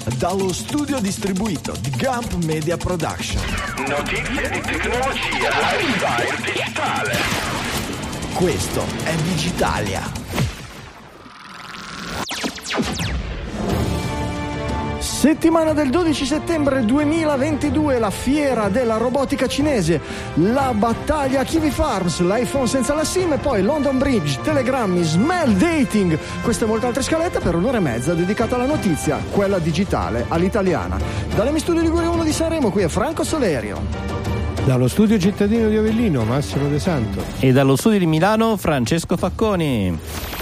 dallo studio distribuito di Gump Media Production. Notizie di tecnologia, lifestyle digitale. Questo è Digitalia. Settimana del 12 settembre 2022, la fiera della robotica cinese, la battaglia Kiwi Farms, l'iPhone senza la SIM e poi London Bridge, telegrammi, smell dating. Queste e molte altre scalette per un'ora e mezza dedicata alla notizia, quella digitale, all'italiana. Dalle Studio Liguria 1 di Sanremo, qui è Franco Solerio. Dallo studio cittadino di Avellino, Massimo De Santo. E dallo studio di Milano, Francesco Facconi.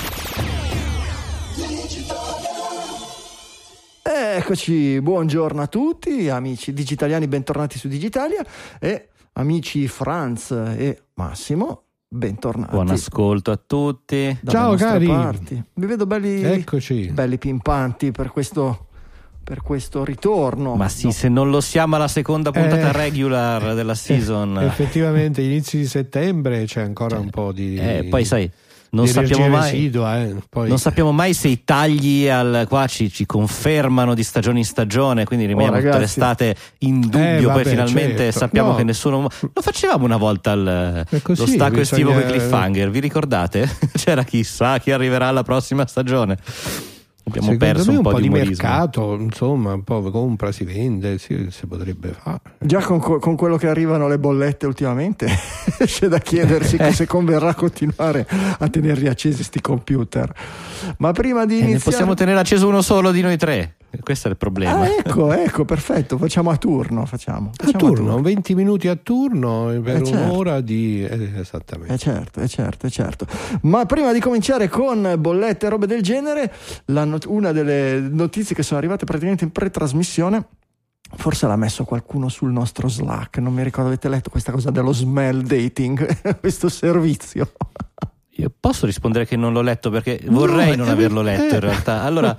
Eccoci, buongiorno a tutti, amici digitaliani, bentornati su Digitalia, e amici Franz e Massimo, bentornati. Buon ascolto a tutti. Ciao cari. Parti. Vi vedo belli, eccoci, belli pimpanti per questo ritorno. Ma sì, no, se non lo siamo alla seconda puntata regular della season. Effettivamente, inizi di settembre c'è ancora un po' di... poi sai, non sappiamo mai residua, poi... non sappiamo mai se i tagli qua ci confermano di stagione in stagione, quindi rimaniamo tutta l'estate in dubbio. Poi finalmente certo, sappiamo che nessuno... Lo facevamo una volta lo stacco estivo con i cliffhanger, vi ricordate? C'era chissà chi arriverà alla prossima stagione. Abbiamo secondo perso me un po' di mercato, insomma, un po' compra, si vende, si potrebbe fare. Già con quello che arrivano le bollette ultimamente c'è da chiedersi se converrà continuare a tenerli accesi sti computer. Ma prima di iniziare... Ne possiamo tenere acceso uno solo di noi tre. Questo è il problema. Ecco, perfetto, facciamo a turno. Facciamo a turno, 20 minuti a turno per un'ora certo. di... esattamente. Certo. Ma prima di cominciare con bollette e robe del genere, una delle notizie che sono arrivate praticamente in pretrasmissione, forse l'ha messo qualcuno sul nostro Slack, non mi ricordo, avete letto questa cosa dello smell dating, questo servizio? Io posso rispondere che non l'ho letto perché vorrei non averlo letto in realtà. Allora,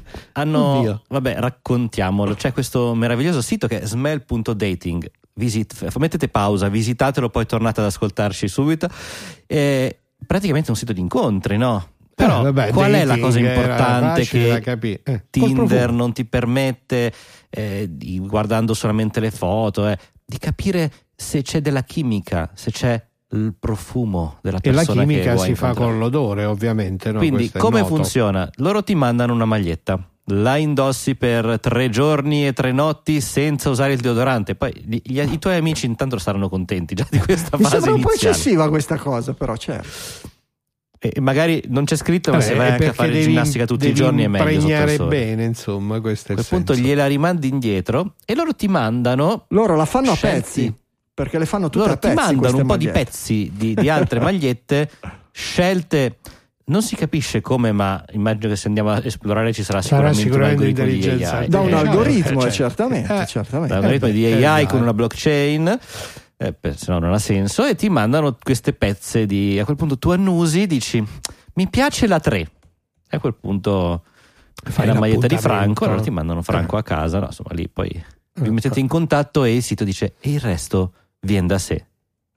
raccontiamolo. C'è questo meraviglioso sito che è smell.dating. Mettete pausa, visitatelo, poi tornate ad ascoltarci subito. È praticamente un sito di incontri, no? Però qual è la cosa importante che Tinder non ti permette, guardando solamente le foto, di capire se c'è della chimica, se c'è il profumo della persona. E la chimica che si fa con l'odore, ovviamente, no? Quindi come funziona? Loro ti mandano una maglietta, la indossi per 3 giorni e 3 notti senza usare il deodorante, poi i tuoi amici intanto saranno contenti già di questa fase iniziale. Mi sembra un po' eccessiva questa cosa, però certo. E magari non c'è scritto, ma se vai anche a fare ginnastica tutti i giorni è meglio impregnare bene, insomma, questo è il senso. A quel punto gliela rimandi indietro e loro ti mandano... Loro la fanno a pezzi, perché le fanno tutte loro a pezzi. Ti mandano un po' magliette. di pezzi di altre magliette scelte, non si capisce come, ma immagino che se andiamo a esplorare ci sarà sicuramente un algoritmo di AI. Da un algoritmo, certamente. Da un algoritmo di AI con una blockchain, se no non ha senso, e ti mandano queste pezze a quel punto tu annusi, dici mi piace la 3, e a quel punto fai la maglietta di Franco, allora ti mandano Franco a casa, no, insomma lì poi vi mettete in contatto e il sito dice e il resto viene da sé.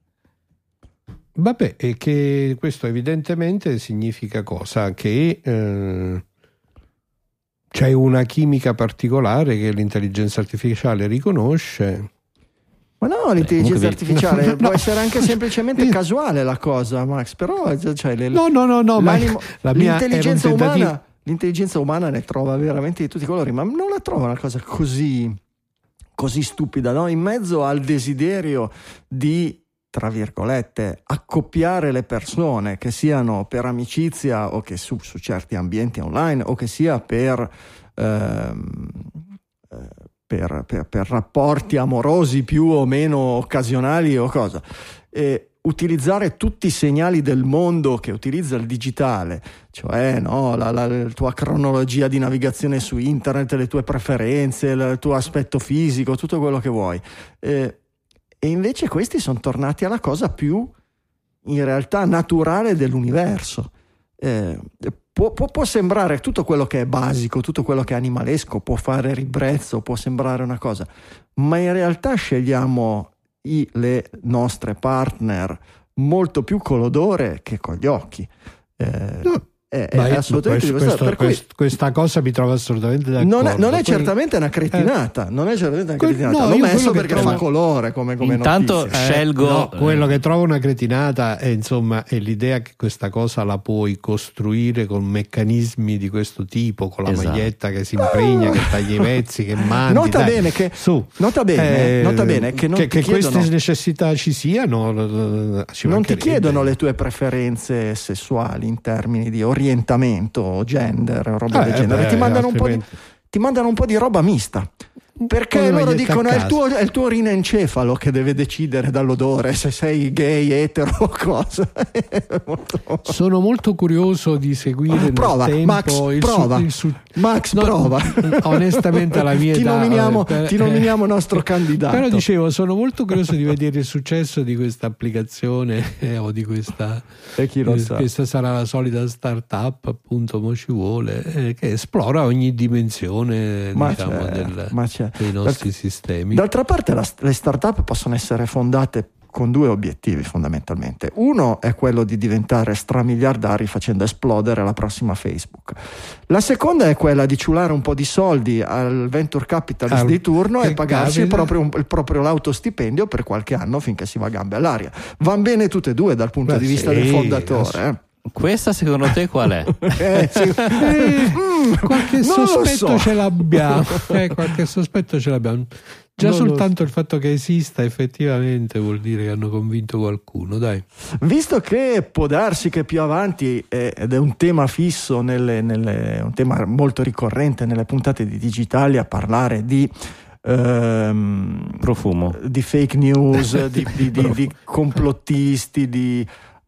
Vabbè, e che questo evidentemente significa cosa? Che c'è una chimica particolare che l'intelligenza artificiale riconosce. Ma no, l'intelligenza artificiale può essere anche semplicemente casuale la cosa, Max, però cioè, no, l'intelligenza umana ne trova veramente di tutti i colori, ma non la trova una cosa così stupida, no? In mezzo al desiderio di, tra virgolette, accoppiare le persone, che siano per amicizia o che su certi ambienti online, o che sia per rapporti amorosi più o meno occasionali o cosa, utilizzare tutti i segnali del mondo che utilizza il digitale, cioè la tua cronologia di navigazione su internet, le tue preferenze, il tuo aspetto fisico, tutto quello che vuoi, e invece questi sono tornati alla cosa più in realtà naturale dell'universo. Può sembrare tutto quello che è basico, tutto quello che è animalesco, può fare ribrezzo, può sembrare una cosa, ma in realtà scegliamo le nostre partner molto più con l'odore che con gli occhi. assolutamente questa cosa mi trova assolutamente d'accordo. Non è certamente una cretinata, l'ho messo perché fa colore come intanto notizia. Scelgo quello che trovo una cretinata è l'idea che questa cosa la puoi costruire con meccanismi di questo tipo, con la maglietta che si impregna, che taglia i pezzi, che mandi. Nota bene che non che queste necessità ci siano. Non ti chiedono le tue preferenze sessuali in termini di orientamento, gender, roba del genere. Ti mandano un po' di roba mista. Perché loro dicono è il tuo rinencefalo che deve decidere dall'odore se sei gay, etero o cosa. Sono molto curioso di seguire prova, nel tempo Max, prova. Onestamente la mia ti nominiamo nostro candidato. Però dicevo, sono molto curioso di vedere il successo di questa applicazione o di questa, e chi lo sa. Questa sarà la solita startup, appunto, mo ci vuole, che esplora ogni dimensione dei nostri sistemi. D'altra parte le startup possono essere fondate con due obiettivi fondamentalmente. Uno è quello di diventare stramiliardari facendo esplodere la prossima Facebook. La seconda è quella di ciulare un po' di soldi al venture capitalist di turno e pagarsi il proprio l'autostipendio per qualche anno finché si va a gambe all'aria. Van bene tutte e due dal punto di vista del fondatore. Questa secondo te qual è? Qualche sospetto ce l'abbiamo. Qualche sospetto ce l'abbiamo. Già soltanto il fatto che esista effettivamente vuol dire che hanno convinto qualcuno, dai. Visto che può darsi che più avanti, ed è un tema fisso, un tema molto ricorrente nelle puntate di Digitalia, parlare di profumo, di fake news, di complottisti, di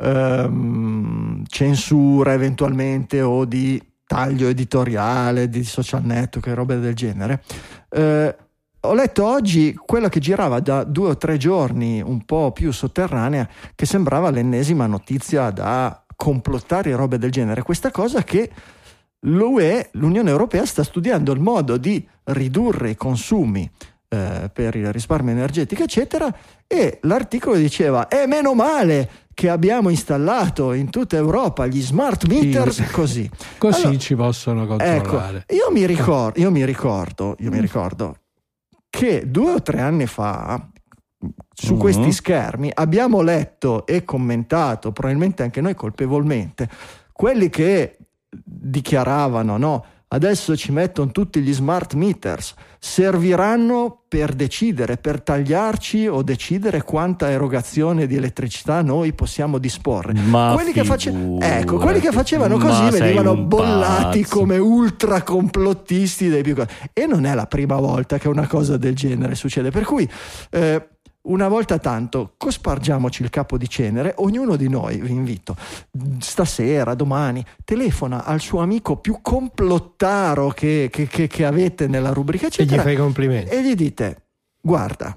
censura eventualmente o di taglio editoriale di social network e robe del genere. Ho letto oggi quella che girava da 2 o 3 giorni, un po' più sotterranea, che sembrava l'ennesima notizia da complottare e robe del genere. Questa cosa che l'Unione Europea sta studiando il modo di ridurre i consumi per il risparmio energetico eccetera, e l'articolo diceva meno male che abbiamo installato in tutta Europa gli smart meters, così allora, ci possono controllare. Io mi ricordo che 2 o 3 anni fa su questi schermi abbiamo letto e commentato, probabilmente anche noi colpevolmente, quelli che dichiaravano adesso ci mettono tutti gli smart meters, serviranno per decidere, per tagliarci o decidere quanta erogazione di elettricità noi possiamo disporre. Quelli che facevano così venivano bollati pazzo, come ultra complottisti dei più. E non è la prima volta che una cosa del genere succede, per cui una volta tanto cospargiamoci il capo di cenere. Ognuno di noi, vi invito, stasera, domani, telefona al suo amico più complottaro che avete nella rubrica eccetera, e gli fai complimenti e gli dite: guarda,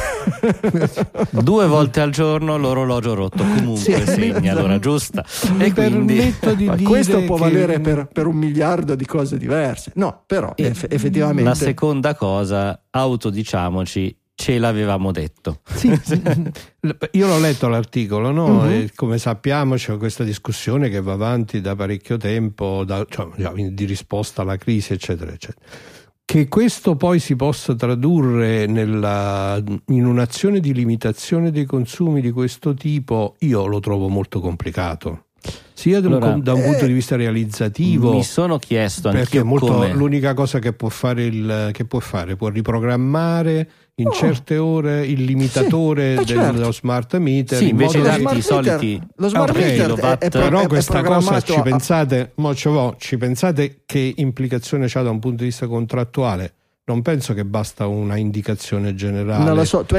2 volte al giorno l'orologio rotto comunque segna l'ora giusta, e quindi questo può valere per 1 miliardo di cose diverse. Però effettivamente la seconda cosa, autodiciamoci, ce l'avevamo detto. Sì. Io l'ho letto l'articolo, e come sappiamo c'è questa discussione che va avanti da parecchio tempo, di risposta alla crisi eccetera eccetera. Che questo poi si possa tradurre in un'azione di limitazione dei consumi di questo tipo, io lo trovo molto complicato. Sia da un punto di vista realizzativo, mi sono chiesto perché l'unica cosa che può fare può riprogrammare in certe ore il limitatore dello smart meter, invece di darti i soliti lo smart meter però questa cosa ci pensate che implicazione c'ha da un punto di vista contrattuale? Non penso che basta una indicazione generale. Non lo so, tu hai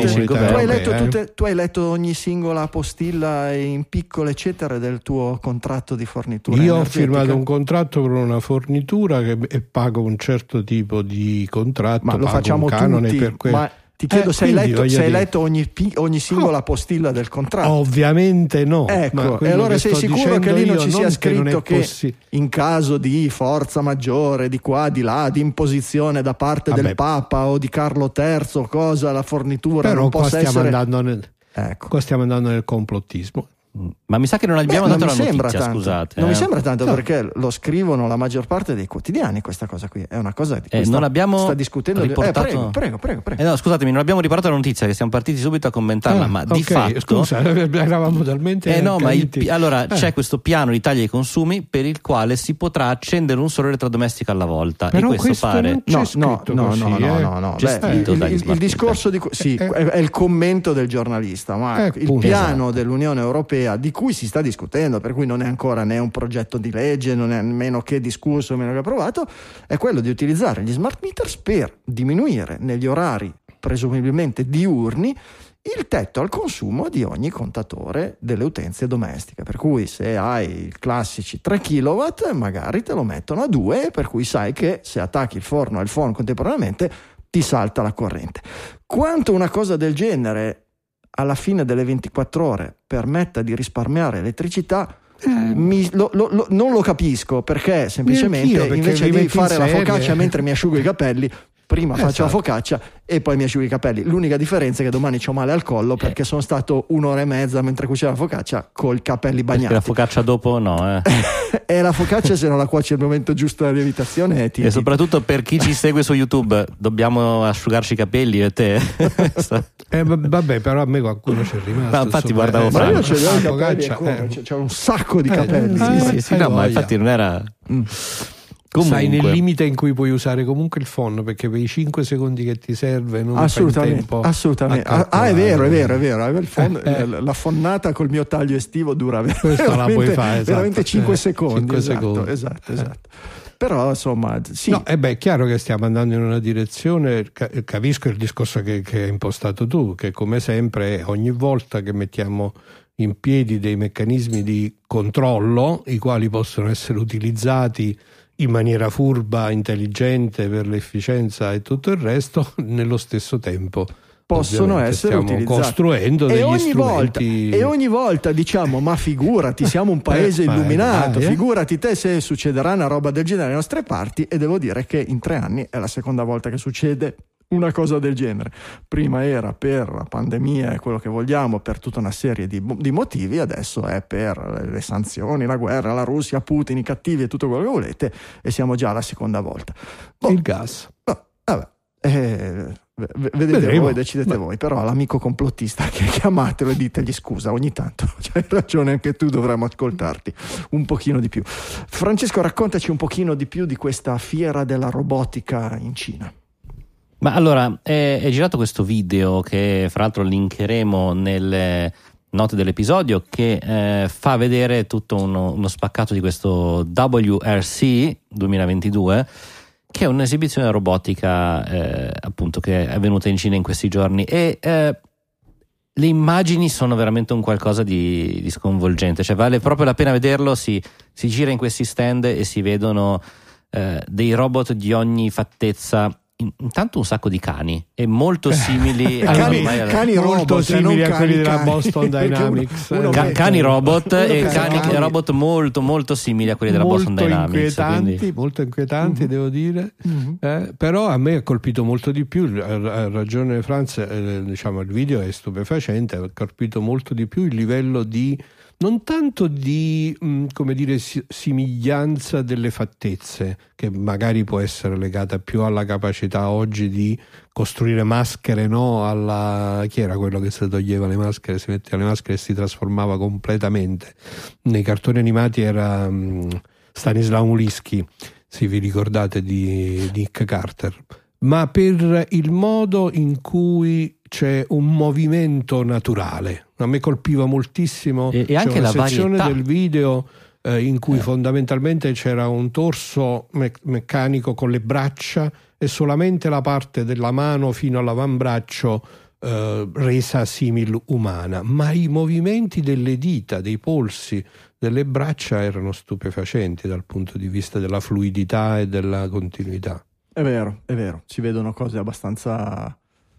letto ogni singola postilla in piccolo eccetera del tuo contratto di fornitura energetica? Io ho firmato un contratto per una fornitura e pago un certo tipo di contratto, ma lo facciamo un canone tutti, per quello. Ma ti chiedo se hai letto ogni singola postilla del contratto. Ovviamente no. Ecco, e allora sei sicuro che lì non ci sia scritto che in caso di forza maggiore, di qua, di là, di imposizione da parte del Papa o di Carlo III, cosa la fornitura però non possa essere... Qua stiamo andando nel complottismo. Ma mi sa che non abbiamo dato la notizia, tanto. Scusate. Non mi sembra tanto, perché lo scrivono la maggior parte dei quotidiani questa cosa qui. È una cosa di cui non abbiamo sta discutendo. riportato... Prego. No, scusatemi, non abbiamo riportato la notizia, che siamo partiti subito a commentarla, ma di fatto... Scusa, eravamo talmente allora c'è questo piano di taglia ai consumi per il quale si potrà accendere un solo elettrodomestico alla volta. Però e questo pare... No. Il discorso è il commento del giornalista, ma il piano dell'Unione Europea di cui si sta discutendo, per cui non è ancora né un progetto di legge, non è nemmeno che discusso, nemmeno che approvato, è quello di utilizzare gli smart meters per diminuire negli orari presumibilmente diurni il tetto al consumo di ogni contatore delle utenze domestiche, per cui se hai i classici 3 kW magari te lo mettono a 2, per cui sai che se attacchi il forno e il phon contemporaneamente ti salta la corrente. Quanto una cosa del genere alla fine delle 24 ore permetta di risparmiare elettricità, non lo capisco, perché semplicemente invece di fare la focaccia mentre mi asciugo i capelli, prima faccio la focaccia e poi mi asciugo i capelli. L'unica differenza è che domani c'ho male al collo perché sono stato 1 ora e mezza mentre cuocevo la focaccia col capelli bagnati. Perché la focaccia dopo no. E la focaccia, se non la cuoci al momento giusto della lievitazione, e soprattutto per chi ci segue su YouTube, dobbiamo asciugarci i capelli, e te vabbè, però a me qualcuno c'è rimasto. No, infatti guardavo ma io ce l'ho i capelli, c'è un sacco di capelli. Sì, no, ma infatti non era... Comunque. Sai, nel limite in cui puoi usare comunque il phon, perché per i 5 secondi che ti serve non fai in tempo. Assolutamente. È vero. Il phon, la fonnata col mio taglio estivo dura veramente 5 secondi. Esatto. Però insomma sì. No, è chiaro che stiamo andando in una direzione. Capisco il discorso che hai impostato tu, che come sempre ogni volta che mettiamo in piedi dei meccanismi di controllo, i quali possono essere utilizzati in maniera furba, intelligente, per l'efficienza e tutto il resto, nello stesso tempo possono essere utilizzati, costruendo degli strumenti. E ogni volta diciamo: ma figurati, siamo un paese illuminato, figurati te se succederà una roba del genere alle nostre parti. E devo dire che in 3 anni è la seconda volta che succede una cosa del genere. Prima era per la pandemia e quello che vogliamo, per tutta una serie di motivi, adesso è per le sanzioni, la guerra, la Russia, Putin, i cattivi e tutto quello che volete, e siamo già alla seconda volta. Il gas. Vedete voi, decidete voi, però l'amico complottista che chiamatelo e ditegli: scusa, ogni tanto c'hai ragione anche tu, dovremmo ascoltarti un pochino di più. Francesco, raccontaci un pochino di più di questa fiera della robotica in Cina. Ma allora, è girato questo video che fra l'altro linkeremo nelle note dell'episodio, che fa vedere tutto uno spaccato di questo WRC 2022, che è un'esibizione robotica appunto che è venuta in Cina in questi giorni, e le immagini sono veramente un qualcosa di sconvolgente, cioè vale proprio la pena vederlo. Si gira in questi stand e si vedono dei robot di ogni fattezza. Intanto un sacco di cani e molto simili cani molto robot, simili a quelli della Boston Dynamics, cani robot e cani robot molto molto simili a quelli della Boston Dynamics, molto inquietanti, devo dire. Però a me ha colpito molto di più, ha ragione Franz, diciamo il video è stupefacente, ha colpito molto di più il livello di, non tanto di come dire simiglianza delle fattezze, che magari può essere legata più alla capacità oggi di costruire maschere, no? Chi era quello che si toglieva le maschere, si metteva le maschere e si trasformava completamente? Nei cartoni animati era Stanislaw Uliski, se vi ricordate, di Nick Carter. Ma per il modo in cui c'è un movimento naturale, a me colpiva moltissimo. E anche una la sezione varietà del video in cui fondamentalmente c'era un torso meccanico con le braccia e solamente la parte della mano fino all'avambraccio resa simil umana, ma i movimenti delle dita, dei polsi, delle braccia erano stupefacenti dal punto di vista della fluidità e della continuità. È vero, si vedono cose abbastanza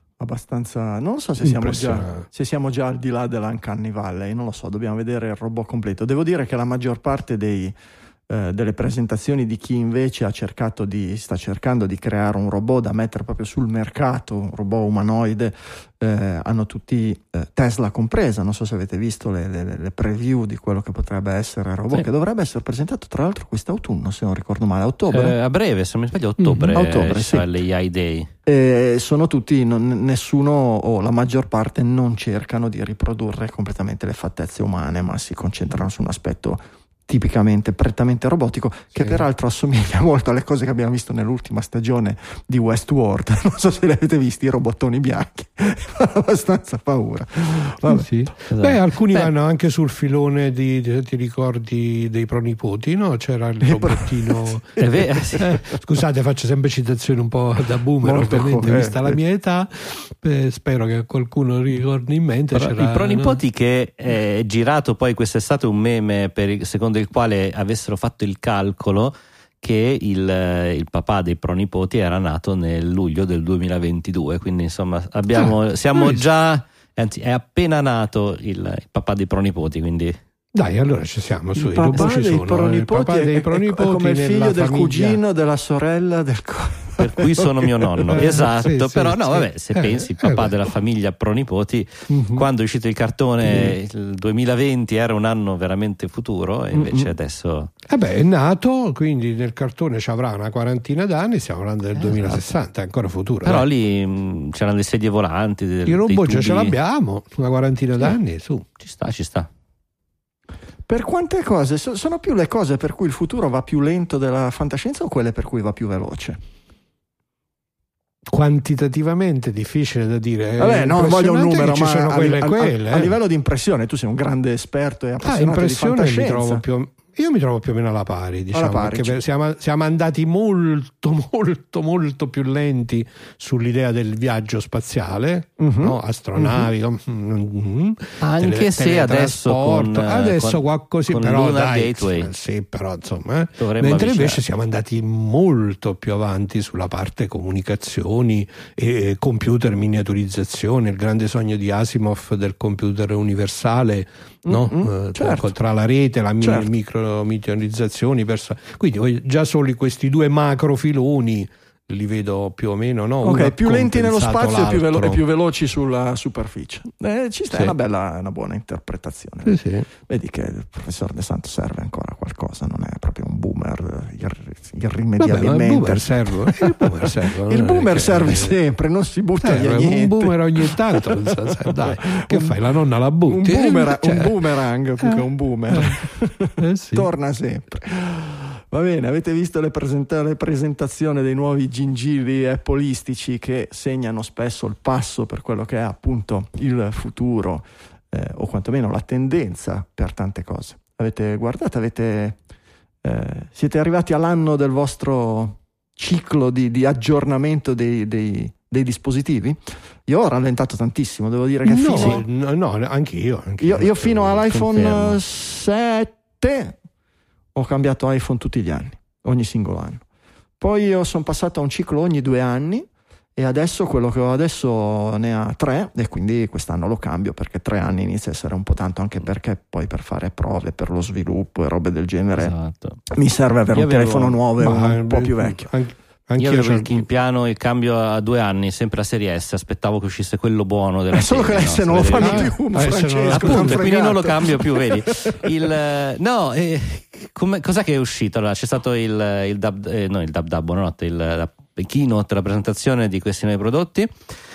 non so se siamo già al di là dell'Uncanny Valley, non lo so, dobbiamo vedere il robot completo. Devo dire che la maggior parte dei delle presentazioni di chi invece sta cercando di creare un robot da mettere proprio sul mercato, un robot umanoide, hanno tutti, Tesla compresa. Non so se avete visto le preview di quello che potrebbe essere il robot, che dovrebbe essere presentato tra l'altro quest'autunno, se non ricordo male, a ottobre. A breve, se non mi sbaglio, ottobre sì. l'AI Day. Sono tutti, nessuno o la maggior parte non cercano di riprodurre completamente le fattezze umane, ma si concentrano su un aspetto tipicamente prettamente robotico, che peraltro assomiglia molto alle cose che abbiamo visto nell'ultima stagione di Westworld. Non so se li avete visti, i robottoni bianchi. Fanno abbastanza paura. Sì. Esatto. Alcuni vanno anche sul filone ti ricordi dei pronipoti, no? C'era il robottino scusate, faccio sempre citazioni un po' da boomer, molto ovviamente vista la mia età, spero che qualcuno ricordi in mente. C'era, i pronipoti, che è girato poi quest'estate un meme secondo il quale avessero fatto il calcolo che il papà dei pronipoti era nato nel luglio del 2022, quindi insomma siamo già, anzi è appena nato il papà dei pronipoti, quindi dai, allora ci siamo, il papà dei pronipoti è come il figlio del cugino della sorella del per cui sono mio nonno. Esatto, però se pensi il papà della famiglia pronipoti, quando è uscito il cartone il 2020 era un anno veramente futuro, e invece adesso è nato, quindi nel cartone ci avrà una quarantina d'anni, stiamo parlando del 2060, è ancora futuro. Però lì c'erano le sedie volanti, il robot già ce l'abbiamo, una quarantina d'anni, su. Ci sta. Per quante cose? Sono più le cose per cui il futuro va più lento della fantascienza o quelle per cui va più veloce? Quantitativamente difficile da dire. Non voglio un numero, ci sono quelle. A livello di impressione, tu sei un grande esperto e appassionato di fantascienza. Io mi trovo più o meno alla pari, diciamo, perché siamo andati molto più lenti sull'idea del viaggio spaziale, no? Astronavi, anche se adesso qualcosa, però Gateway. Sì, però insomma, mentre invece siamo andati molto più avanti sulla parte comunicazioni e computer miniaturizzazione, il grande sogno di Asimov del computer universale, no? Certo. Tra la rete, la micro miniaturizzazioni, quindi già solo questi due macro filoni li vedo più o meno, no? Più lenti nello spazio e più veloci sulla superficie. Ci sta, è una buona interpretazione. Sì. Vedi che il professor De Santo serve ancora qualcosa, non è proprio un boomer irrimediabilmente. Il boomer serve sempre, non si butta via niente. Un boomer ogni tanto, dai, che fai? La nonna la butti? Un boomerang più che un boomer. Torna sempre. Va bene, avete visto le presentazioni dei nuovi gingilli appolistici che segnano spesso il passo per quello che è appunto il futuro, o quantomeno la tendenza per tante cose. Avete guardato, siete arrivati all'anno del vostro ciclo di aggiornamento dei dispositivi? Io ho rallentato tantissimo, devo dire che anche io. Io fino all'iPhone 7 ho cambiato iPhone tutti gli anni, ogni singolo anno. Poi io sono passato a un ciclo ogni 2 anni, e adesso quello che ho adesso ne ha 3, e quindi quest'anno lo cambio, perché 3 anni inizia a essere un po' tanto, anche perché poi per fare prove, per lo sviluppo e robe del genere, mi serve avere un telefono nuovo e un po' più vecchio. Io avevo il piano, il cambio a 2 anni, sempre a serie S, aspettavo che uscisse quello buono della solo serie, che S non lo fanno più, Francesco, appunto, quindi non lo cambio più, vedi. Cos'è che è uscito? Allora, c'è stato il keynote, la presentazione di questi nuovi prodotti.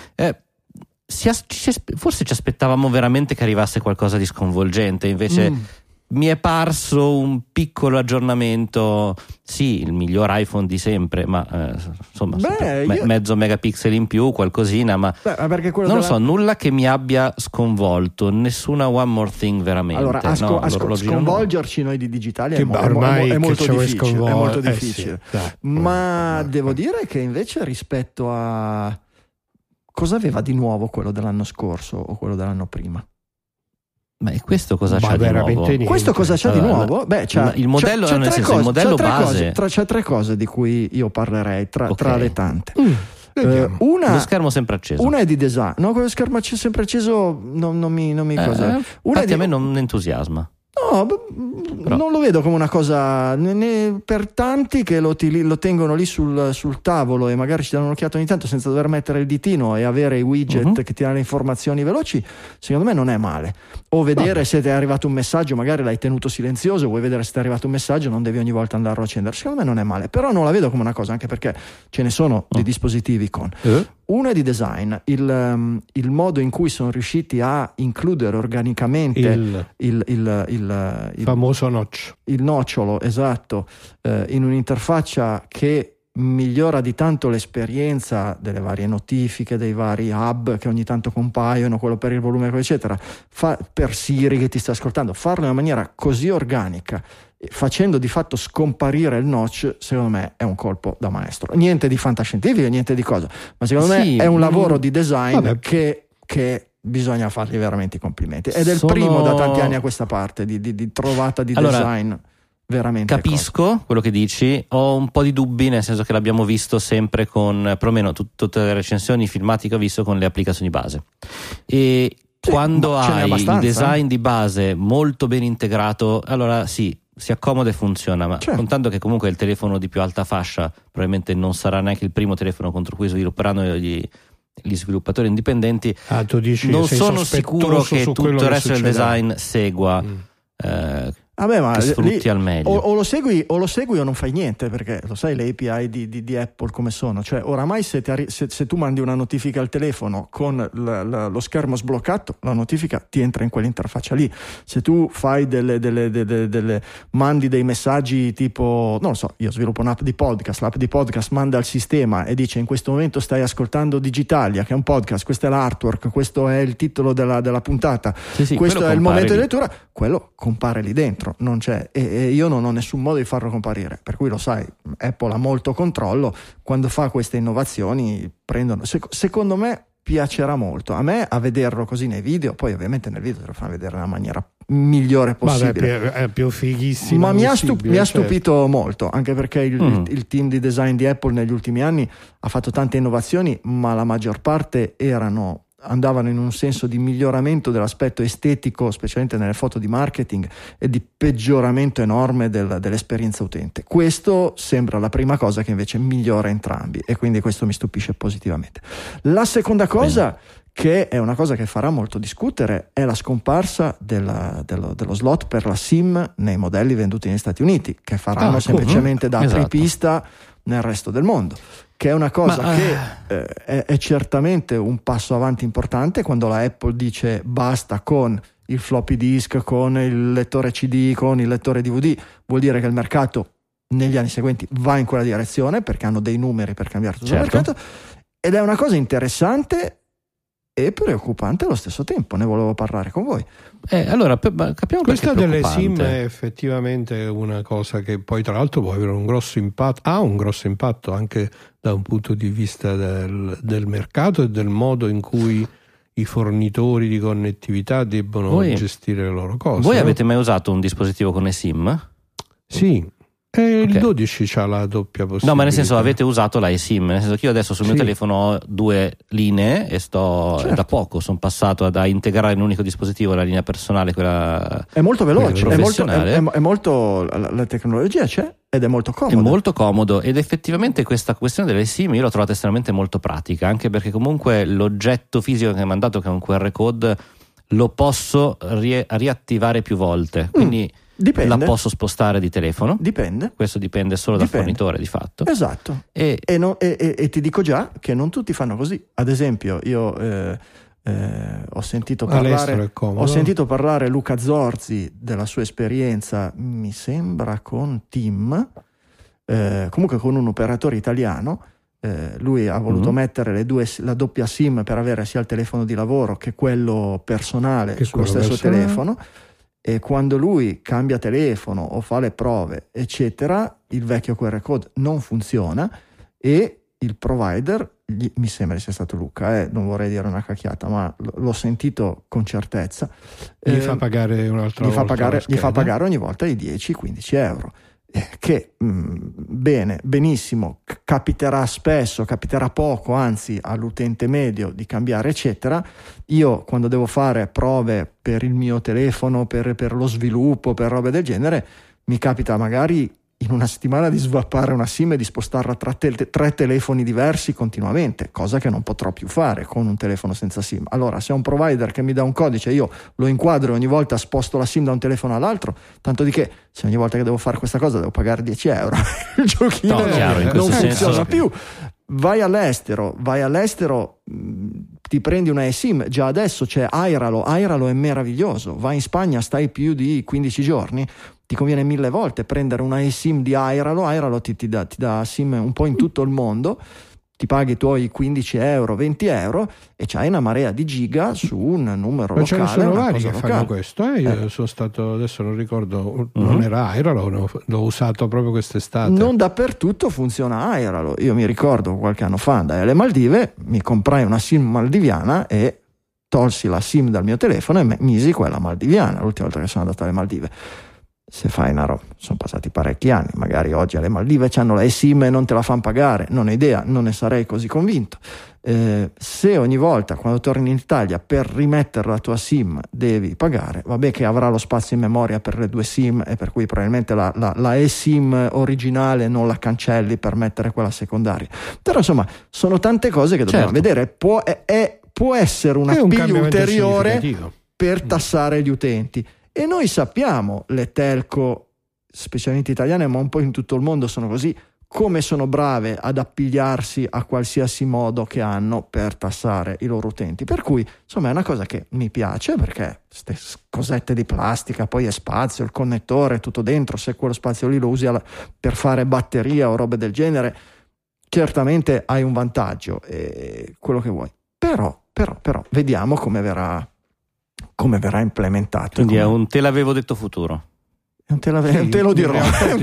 Forse ci aspettavamo veramente che arrivasse qualcosa di sconvolgente, invece mi è parso un piccolo aggiornamento, sì, il miglior iPhone di sempre, ma insomma, mezzo megapixel in più, qualcosina, ma non lo so, nulla che mi abbia sconvolto, nessuna one more thing veramente. Allora, sconvolgerci noi di digitali è molto difficile, ma devo dire che invece rispetto a cosa aveva di nuovo quello dell'anno scorso o quello dell'anno prima? Ma questo cosa c'ha di nuovo? Questo cosa c'ha di nuovo? Il modello, il modello base. C'è 3 cose di cui io parlerei tra le tante. Lo schermo sempre acceso. Una è di design. No, quello schermo sempre acceso non mi cosa. Infatti a me non entusiasma. No, non lo vedo come una cosa, per tanti che lo tengono lì sul tavolo e magari ci danno un'occhiata ogni tanto senza dover mettere il ditino e avere i widget che ti danno le informazioni veloci, secondo me non è male. O vedere se ti è arrivato un messaggio, magari l'hai tenuto silenzioso, vuoi vedere se ti è arrivato un messaggio, non devi ogni volta andarlo a accendere. Secondo me non è male, però non la vedo come una cosa, anche perché ce ne sono di dispositivi con uno è di design, il modo in cui sono riusciti a includere organicamente il famoso notch, il nocciolo, esatto, in un'interfaccia che migliora di tanto l'esperienza delle varie notifiche, dei vari hub che ogni tanto compaiono, quello per il volume eccetera, per Siri che ti sta ascoltando, farlo in una maniera così organica, facendo di fatto scomparire il notch, secondo me è un colpo da maestro. Niente di fantascientifico, niente di cosa, ma secondo me è un lavoro di design che bisogna fargli veramente i complimenti, ed è il primo da tanti anni a questa parte di trovata di design veramente. Capisco quello che dici, ho un po' di dubbi, nel senso che l'abbiamo visto sempre con, perlomeno tutte le recensioni, i filmati che ho visto con le applicazioni base, e quando hai il design di base molto ben integrato, allora sì, si accomoda e funziona, ma contando che comunque il telefono di più alta fascia probabilmente non sarà neanche il primo telefono contro cui svilupperanno gli sviluppatori indipendenti, tu dici, non sono sicuro che tutto il resto del design segua che sfrutti al meglio. O lo segui o non fai niente, perché lo sai le API di Apple come sono, cioè oramai se tu mandi una notifica al telefono con lo schermo sbloccato, la notifica ti entra in quell'interfaccia lì. Se tu fai mandi dei messaggi tipo, non lo so, io sviluppo un'app di podcast, l'app di podcast manda al sistema e dice: in questo momento stai ascoltando Digitalia, che è un podcast, questo è l'artwork, questo è il titolo della puntata, questo è il momento di lettura, quello compare lì dentro. Non c'è, e io non ho nessun modo di farlo comparire, per cui lo sai, Apple ha molto controllo quando fa queste innovazioni, prendono, secondo me piacerà molto a me a vederlo così nei video, poi ovviamente nel video te lo fanno vedere nella maniera migliore possibile. È più fighissimo, ma mi ha stupito molto, anche perché il team di design di Apple negli ultimi anni ha fatto tante innovazioni, ma la maggior parte andavano in un senso di miglioramento dell'aspetto estetico, specialmente nelle foto di marketing, e di peggioramento enorme dell'esperienza utente. Questo sembra la prima cosa che invece migliora entrambi, e quindi questo mi stupisce positivamente. La seconda cosa, che è una cosa che farà molto discutere, è la scomparsa dello slot per la SIM nei modelli venduti negli Stati Uniti, che faranno semplicemente da apripista nel resto del mondo, che è una cosa che è certamente un passo avanti importante. Quando la Apple dice basta con il floppy disk, con il lettore CD, con il lettore DVD, vuol dire che il mercato negli anni seguenti va in quella direzione, perché hanno dei numeri per cambiare tutto il mercato, ed è una cosa interessante e preoccupante allo stesso tempo. Ne volevo parlare con voi. Allora capiamo questa delle SIM è effettivamente una cosa che poi tra l'altro può avere un grosso impatto anche da un punto di vista del mercato e del modo in cui i fornitori di connettività debbono gestire le loro cose. Voi avete mai usato un dispositivo con le SIM? Sì. Il 12 c'ha la doppia possibilità. No, ma nel senso, avete usato la eSIM, nel senso che io adesso sul mio telefono ho 2 linee e da poco sono passato ad integrare in un unico dispositivo la linea personale, quella è molto veloce, è molto la tecnologia c'è ed è molto comodo. È molto comodo, ed effettivamente questa questione delle SIM io l'ho trovata estremamente molto pratica, anche perché comunque l'oggetto fisico che mi ha mandato, che è un QR code, lo posso riattivare più volte, quindi dipende. La posso spostare di telefono. Dipende. Questo dipende solo dal fornitore, di fatto. Esatto. E ti dico già che non tutti fanno così. Ad esempio, io ho sentito parlare Luca Zorzi della sua esperienza, mi sembra con TIM, comunque con un operatore italiano. Lui ha voluto mettere la doppia SIM per avere sia il telefono di lavoro che quello personale sullo stesso telefono. E quando lui cambia telefono o fa le prove eccetera, il vecchio QR code non funziona e il provider, mi sembra sia stato Luca, non vorrei dire una cacchiata, ma l'ho sentito con certezza, gli fa pagare un'altra volta, gli fa pagare ogni volta i 10-15 euro. che benissimo, capiterà spesso, capiterà poco, anzi all'utente medio di cambiare eccetera. Io quando devo fare prove per il mio telefono, per lo sviluppo, per robe del genere, mi capita magari in una settimana di swappare una SIM e di spostarla tra tre telefoni diversi continuamente, cosa che non potrò più fare con un telefono senza SIM. Allora, se ho un provider che mi dà un codice, io lo inquadro e ogni volta sposto la SIM da un telefono all'altro, tanto di che se ogni volta che devo fare questa cosa devo pagare 10 euro, il giochino non funziona più. Vai all'estero, ti prendi una eSIM, già adesso c'è Airalo è meraviglioso. Vai in Spagna, stai più di 15 giorni, ti conviene 1000 volte prendere una eSIM di Airalo ti dà SIM un po' in tutto il mondo, ti paghi i tuoi 15 euro, 20 euro e c'hai una marea di giga su un numero locale. Ma ce ne sono vari che fanno questo. Io sono stato, adesso non ricordo, non era Airalo, l'ho usato proprio quest'estate. Non dappertutto funziona Airalo. Io mi ricordo qualche anno fa andai alle Maldive, mi comprai una SIM maldiviana e tolsi la SIM dal mio telefono e misi quella maldiviana l'ultima volta che sono andato alle Maldive. Se fai una roba, sono passati parecchi anni, magari oggi alle Maldive c'hanno la eSIM e non te la fanno pagare, non ho idea, non ne sarei così convinto. Se ogni volta quando torni in Italia per rimettere la tua SIM devi pagare, vabbè che avrà lo spazio in memoria per le due SIM e per cui probabilmente la eSIM originale non la cancelli per mettere quella secondaria, però insomma sono tante cose che dobbiamo vedere. Può essere un appiglio ulteriore per tassare gli utenti. E noi sappiamo, le telco, specialmente italiane, ma un po' in tutto il mondo sono così, come sono brave ad appigliarsi a qualsiasi modo che hanno per tassare i loro utenti. Per cui, insomma, è una cosa che mi piace, perché queste cosette di plastica, poi è spazio, il connettore, tutto dentro, se quello spazio lì lo usi per fare batteria o robe del genere, certamente hai un vantaggio, quello che vuoi. Però, vediamo come verrà implementato. Quindi è un te l'avevo detto futuro. Te lo dirò.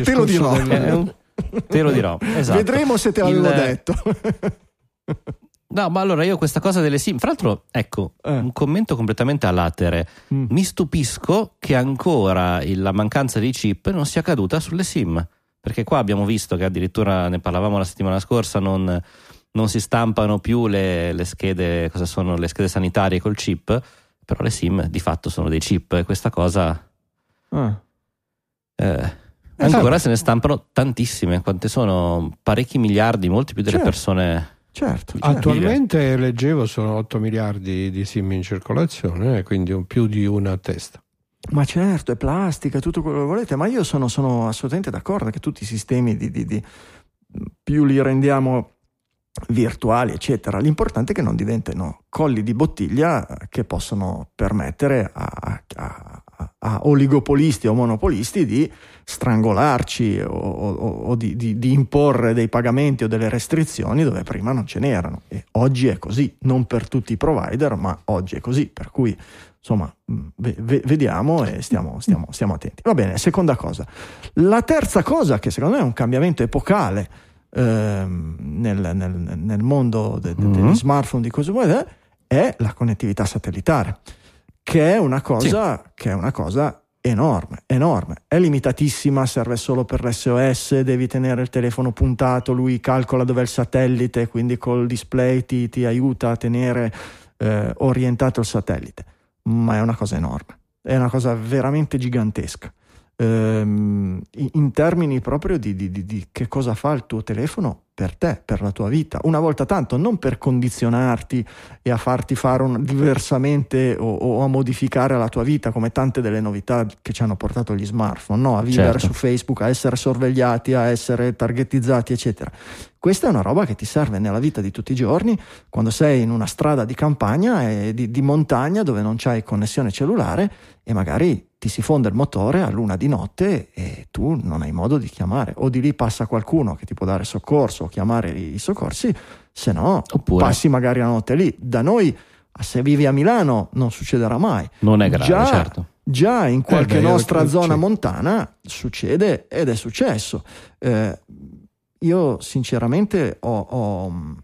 Te lo dirò. Esatto. Vedremo se te l'avevo detto. No, ma allora io questa cosa delle SIM, fra l'altro, ecco, un commento completamente a latere. Mi stupisco che ancora la mancanza di chip non sia caduta sulle SIM, perché qua abbiamo visto che addirittura, ne parlavamo la settimana scorsa, non si stampano più le schede, cosa sono le schede sanitarie col chip, però le SIM di fatto sono dei chip e questa cosa ancora se ne stampano tantissime. Quante sono? Parecchi miliardi, molti più delle persone. Certo. Attualmente leggevo sono 8 miliardi di SIM in circolazione, quindi più di una a testa. Ma certo, è plastica, tutto quello che volete, ma io sono assolutamente d'accordo che tutti i sistemi di più li rendiamo virtuali eccetera, l'importante è che non diventino colli di bottiglia che possono permettere a oligopolisti o monopolisti di strangolarci o di imporre dei pagamenti o delle restrizioni dove prima non ce n'erano, e oggi è così, non per tutti i provider, ma oggi è così, per cui insomma vediamo e stiamo attenti. Va bene, seconda cosa. La terza cosa, che secondo me è un cambiamento epocale nel mondo degli smartphone, di cose vuoi, è la connettività satellitare, che è una cosa enorme, è limitatissima, serve solo per l'SOS, devi tenere il telefono puntato, lui calcola dov'è il satellite, quindi col display ti aiuta a tenere orientato il satellite, ma è una cosa enorme, è una cosa veramente gigantesca. In termini proprio di che cosa fa il tuo telefono per te, per la tua vita, una volta tanto, non per condizionarti e a farti fare diversamente o a modificare la tua vita, come tante delle novità che ci hanno portato gli smartphone, no? A vivere su Facebook, a essere sorvegliati, a essere targetizzati eccetera. Questa è una roba che ti serve nella vita di tutti i giorni, quando sei in una strada di campagna e di montagna dove non c'hai connessione cellulare e magari ti si fonde il motore a luna di notte e tu non hai modo di chiamare, o di lì passa qualcuno che ti può dare soccorso o chiamare i soccorsi, se no passi magari la notte lì. Da noi, se vivi a Milano, non succederà mai. Non è grave, certo. Già in qualche nostra zona montana succede, ed è successo. Io sinceramente ho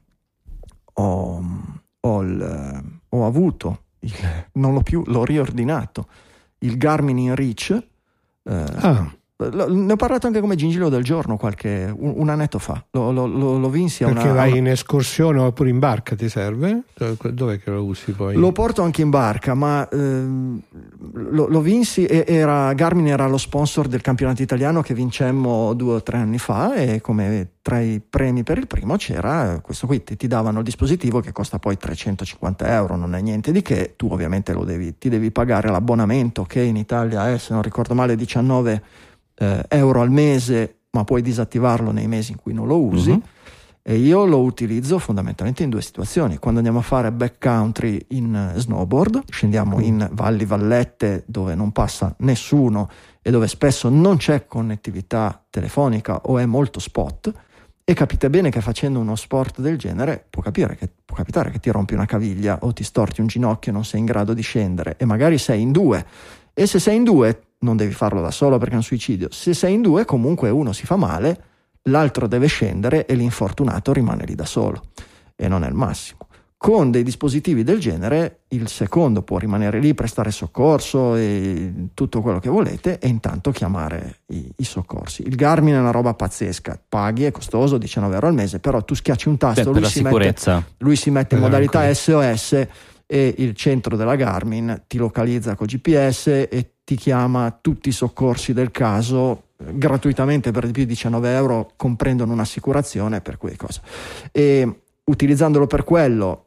avuto non l'ho più, l'ho riordinato, il Garmin InReach, Ne ho parlato anche come Gingillo del giorno un annetto fa. Lo vinsi perché vai in escursione oppure in barca, ti serve? Dov'è che lo usi poi? Lo porto anche in barca, ma lo vinsi Garmin era lo sponsor del campionato italiano che vincemmo 2 o 3 anni fa, e come tra i premi per il primo c'era questo qui, ti davano il dispositivo che costa poi 350 euro, non è niente di che. Tu ovviamente ti devi pagare l'abbonamento, che in Italia è, se non ricordo male, 19 euro al mese, ma puoi disattivarlo nei mesi in cui non lo usi. E io lo utilizzo fondamentalmente in 2 situazioni: quando andiamo a fare backcountry in snowboard, scendiamo in valli, vallette dove non passa nessuno e dove spesso non c'è connettività telefonica o è molto spot, e capite bene che facendo uno sport del genere può capitare che ti rompi una caviglia o ti storti un ginocchio e non sei in grado di scendere, e magari sei in 2, e se sei in 2 non devi farlo da solo perché è un suicidio. Se sei in 2 comunque uno si fa male, l'altro deve scendere e l'infortunato rimane lì da solo, e non è il massimo. Con dei dispositivi del genere il secondo può rimanere lì, prestare soccorso e tutto quello che volete, e intanto chiamare i soccorsi. Il Garmin è una roba pazzesca, paghi, è costoso, 19 euro al mese, però tu schiacci un tasto, lui si mette in modalità SOS e il centro della Garmin ti localizza col GPS e ti chiama tutti i soccorsi del caso gratuitamente. Per di più di 19 euro comprendono un'assicurazione, per cui cosa. E utilizzandolo per quello,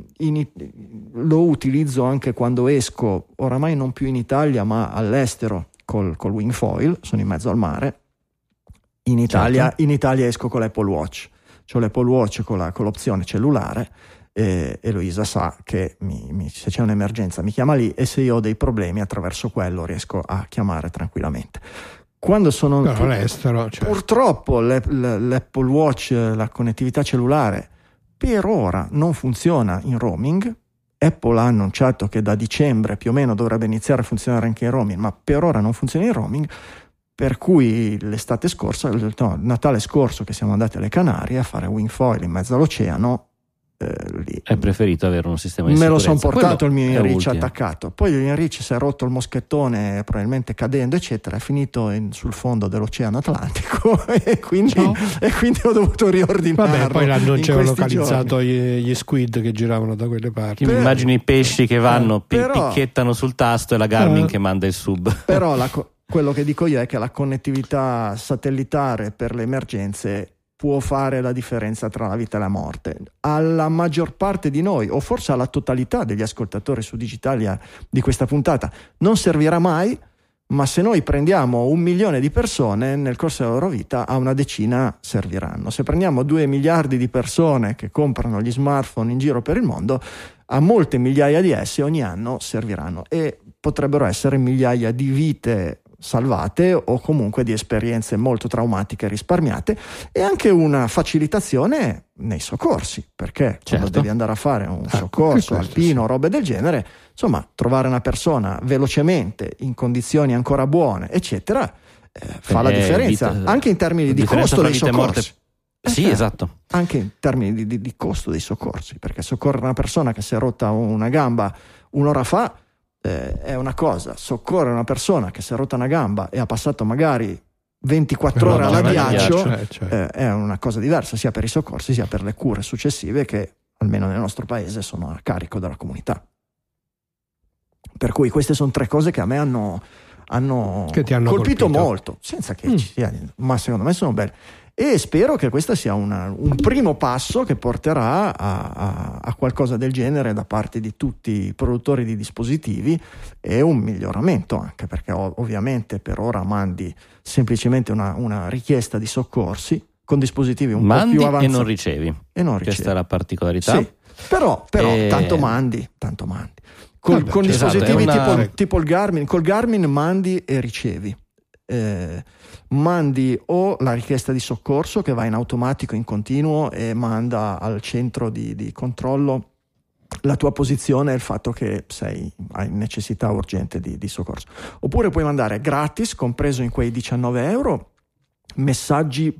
lo utilizzo anche quando esco, oramai non più in Italia ma all'estero, col wingfoil, sono in mezzo al mare. In Italia esco con l'Apple Watch, c'ho l'Apple Watch con l'opzione cellulare, e Eloisa sa che se c'è un'emergenza mi chiama lì, e se io ho dei problemi attraverso quello riesco a chiamare tranquillamente. Quando sono all'estero, purtroppo l'Apple Watch, la connettività cellulare per ora non funziona in roaming. Apple ha annunciato che da dicembre più o meno dovrebbe iniziare a funzionare anche in roaming, ma per ora non funziona in roaming, per cui l'estate scorsa, Natale scorso, che siamo andati alle Canarie a fare wingfoil in mezzo all'oceano, lì è preferito avere un sistema di me sicurezza. lo sono portato il mio InReach attaccato, poi l'InReach si è rotto il moschettone, probabilmente cadendo eccetera, è finito sul fondo dell'oceano Atlantico e quindi ho dovuto riordinarlo. Vabbè, poi l'hanno localizzato gli squid che giravano da quelle parti. Mi immagino i pesci che vanno, picchiettano sul tasto, e la Garmin che manda il sub. Però quello che dico io è che la connettività satellitare per le emergenze può fare la differenza tra la vita e la morte. Alla maggior parte di noi, o forse alla totalità degli ascoltatori su Digitalia di questa puntata, non servirà mai, ma se noi prendiamo 1 milione di persone nel corso della loro vita, a una decina serviranno. Se prendiamo 2 miliardi di persone che comprano gli smartphone in giro per il mondo, a molte migliaia di esse ogni anno serviranno, e potrebbero essere migliaia di vite salvate o comunque di esperienze molto traumatiche risparmiate, e anche una facilitazione nei soccorsi, perché quando devi andare a fare un soccorso alpino, robe del genere, insomma, trovare una persona velocemente in condizioni ancora buone eccetera, fa la differenza anche in termini di costo dei soccorsi. Sì, esatto. Anche in termini di costo dei soccorsi, perché soccorrere una persona che si è rotta una gamba un'ora fa è una cosa, soccorrere una persona che si è rotta una gamba e ha passato magari 24 ore all'addiaccio è una cosa diversa, sia per i soccorsi sia per le cure successive, che almeno nel nostro paese sono a carico della comunità. Per cui queste sono 3 cose che a me hanno colpito molto, senza che ci sia, ma secondo me sono belle. E spero che questo sia un primo passo che porterà a qualcosa del genere da parte di tutti i produttori di dispositivi, e un miglioramento anche, perché ovviamente per ora mandi semplicemente una richiesta di soccorsi con dispositivi un po' più avanzati e non ricevi. Questa è la particolarità. Sì, però tanto mandi. Con dispositivi tipo il Garmin, col Garmin mandi e ricevi. Mandi o la richiesta di soccorso che va in automatico in continuo e manda al centro di controllo la tua posizione e il fatto che hai necessità urgente di soccorso, oppure puoi mandare gratis, compreso in quei 19 euro, messaggi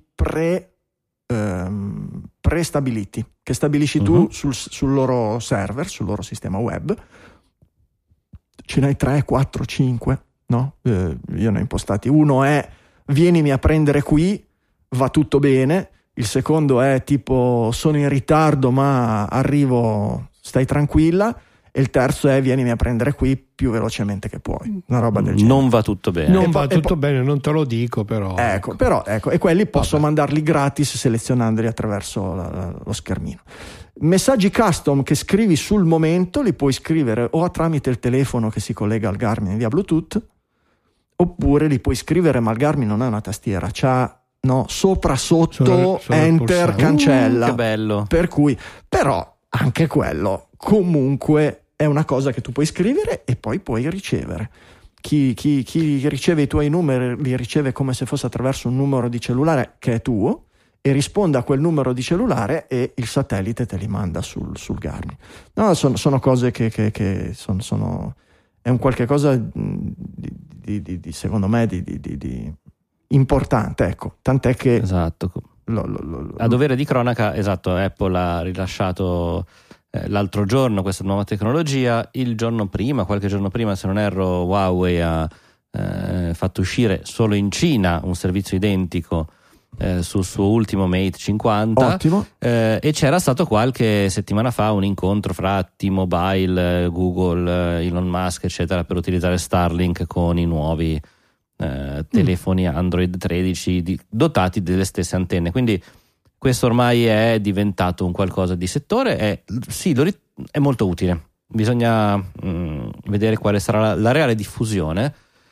prestabiliti che stabilisci tu sul loro server, sul loro sistema web. Ce n'hai 3, 4, 5, no? Io ne ho impostati. Uno è vienimi a prendere qui, va tutto bene. Il secondo è tipo sono in ritardo ma arrivo, stai tranquilla. E il terzo è vienimi a prendere qui più velocemente che puoi, una roba del genere. Non va tutto bene. Non va tutto bene, non te lo dico, però. Ecco, e quelli posso mandarli gratis selezionandoli attraverso lo schermino. Messaggi custom che scrivi sul momento li puoi scrivere o tramite il telefono che si collega al Garmin via Bluetooth, oppure li puoi scrivere, ma il Garmin non è una tastiera, c'ha sopra, sotto, enter, cancella. Che bello. Per cui, però, anche quello comunque è una cosa che tu puoi scrivere e poi puoi ricevere. Chi riceve i tuoi numeri li riceve come se fosse attraverso un numero di cellulare che è tuo, e risponde a quel numero di cellulare e il satellite te li manda sul Garmin. No, sono cose che sono è un qualche cosa di secondo me di importante, ecco, tant'è che esatto. A dovere di cronaca, esatto, Apple ha rilasciato l'altro giorno questa nuova tecnologia. Il giorno prima, qualche giorno prima se non erro, Huawei ha fatto uscire solo in Cina un servizio identico sul suo ultimo Mate 50. Ottimo. E c'era stato qualche settimana fa un incontro fra T-Mobile, Google, Elon Musk eccetera per utilizzare Starlink con i nuovi telefoni Android 13 dotati delle stesse antenne. Quindi questo ormai è diventato un qualcosa di settore, è molto utile. Bisogna vedere quale sarà la reale diffusione.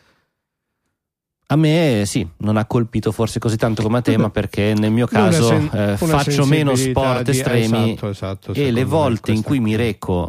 A me non ha colpito forse così tanto come a te, ma perché nel mio caso faccio meno sport estremi, esatto, e le volte in cui mi reco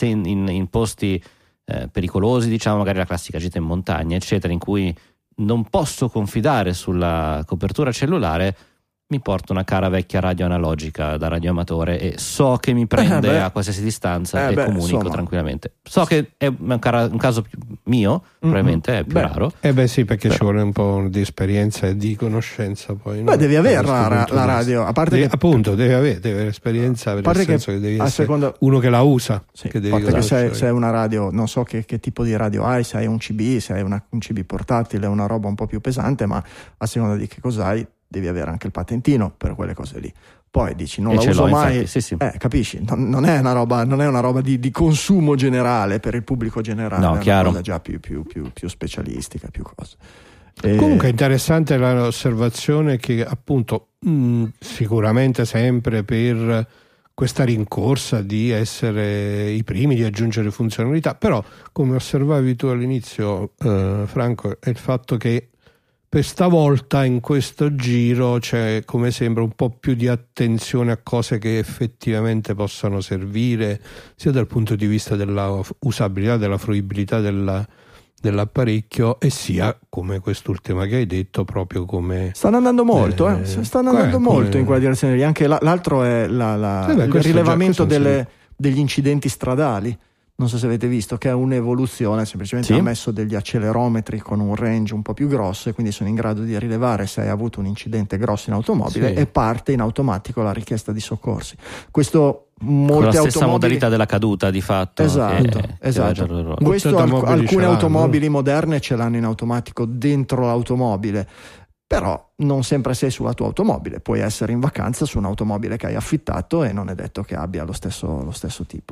in posti pericolosi, diciamo magari la classica gita in montagna eccetera, in cui non posso confidare sulla copertura cellulare, mi porto una cara vecchia radio analogica da radioamatore e so che mi prende a qualsiasi distanza e comunico insomma tranquillamente. So che è un caso più mio, probabilmente è più raro. Sì, perché ci vuole un po' di esperienza e di conoscenza poi. Beh, devi avere la radio, a parte appunto devi avere esperienza, nel senso che devi essere uno che la usa. Sì, che devi usare, se è una radio, non so che tipo di radio hai, se hai un CB, se hai un CB portatile, una roba un po' più pesante, ma a seconda di che cos'hai devi avere anche il patentino per quelle cose lì. Poi dici non la uso mai, sì. Capisci? Non è una roba di consumo generale per il pubblico generale, no, è chiaro. una cosa già più specialistica, più cose. Comunque è interessante l'osservazione che appunto sicuramente sempre per questa rincorsa di essere i primi, di aggiungere funzionalità, però come osservavi tu all'inizio, Franco, è il fatto che per stavolta in questo giro c'è, come sembra, un po' più di attenzione a cose che effettivamente possano servire sia dal punto di vista della usabilità, della fruibilità dell'apparecchio, e sia come quest'ultima che hai detto, proprio come stanno andando molto molto in quella direzione lì. Anche l'altro è il rilevamento degli incidenti stradali. Non so se avete visto che è un'evoluzione, semplicemente ha messo degli accelerometri con un range un po' più grosso e quindi sono in grado di rilevare se hai avuto un incidente grosso in automobile e parte in automatico la richiesta di soccorsi. Questo molte con la stessa modalità della caduta di fatto. Esatto. Questo alcune automobili moderne ce l'hanno in automatico dentro l'automobile. Però non sempre sei sulla tua automobile, puoi essere in vacanza su un'automobile che hai affittato e non è detto che abbia lo stesso tipo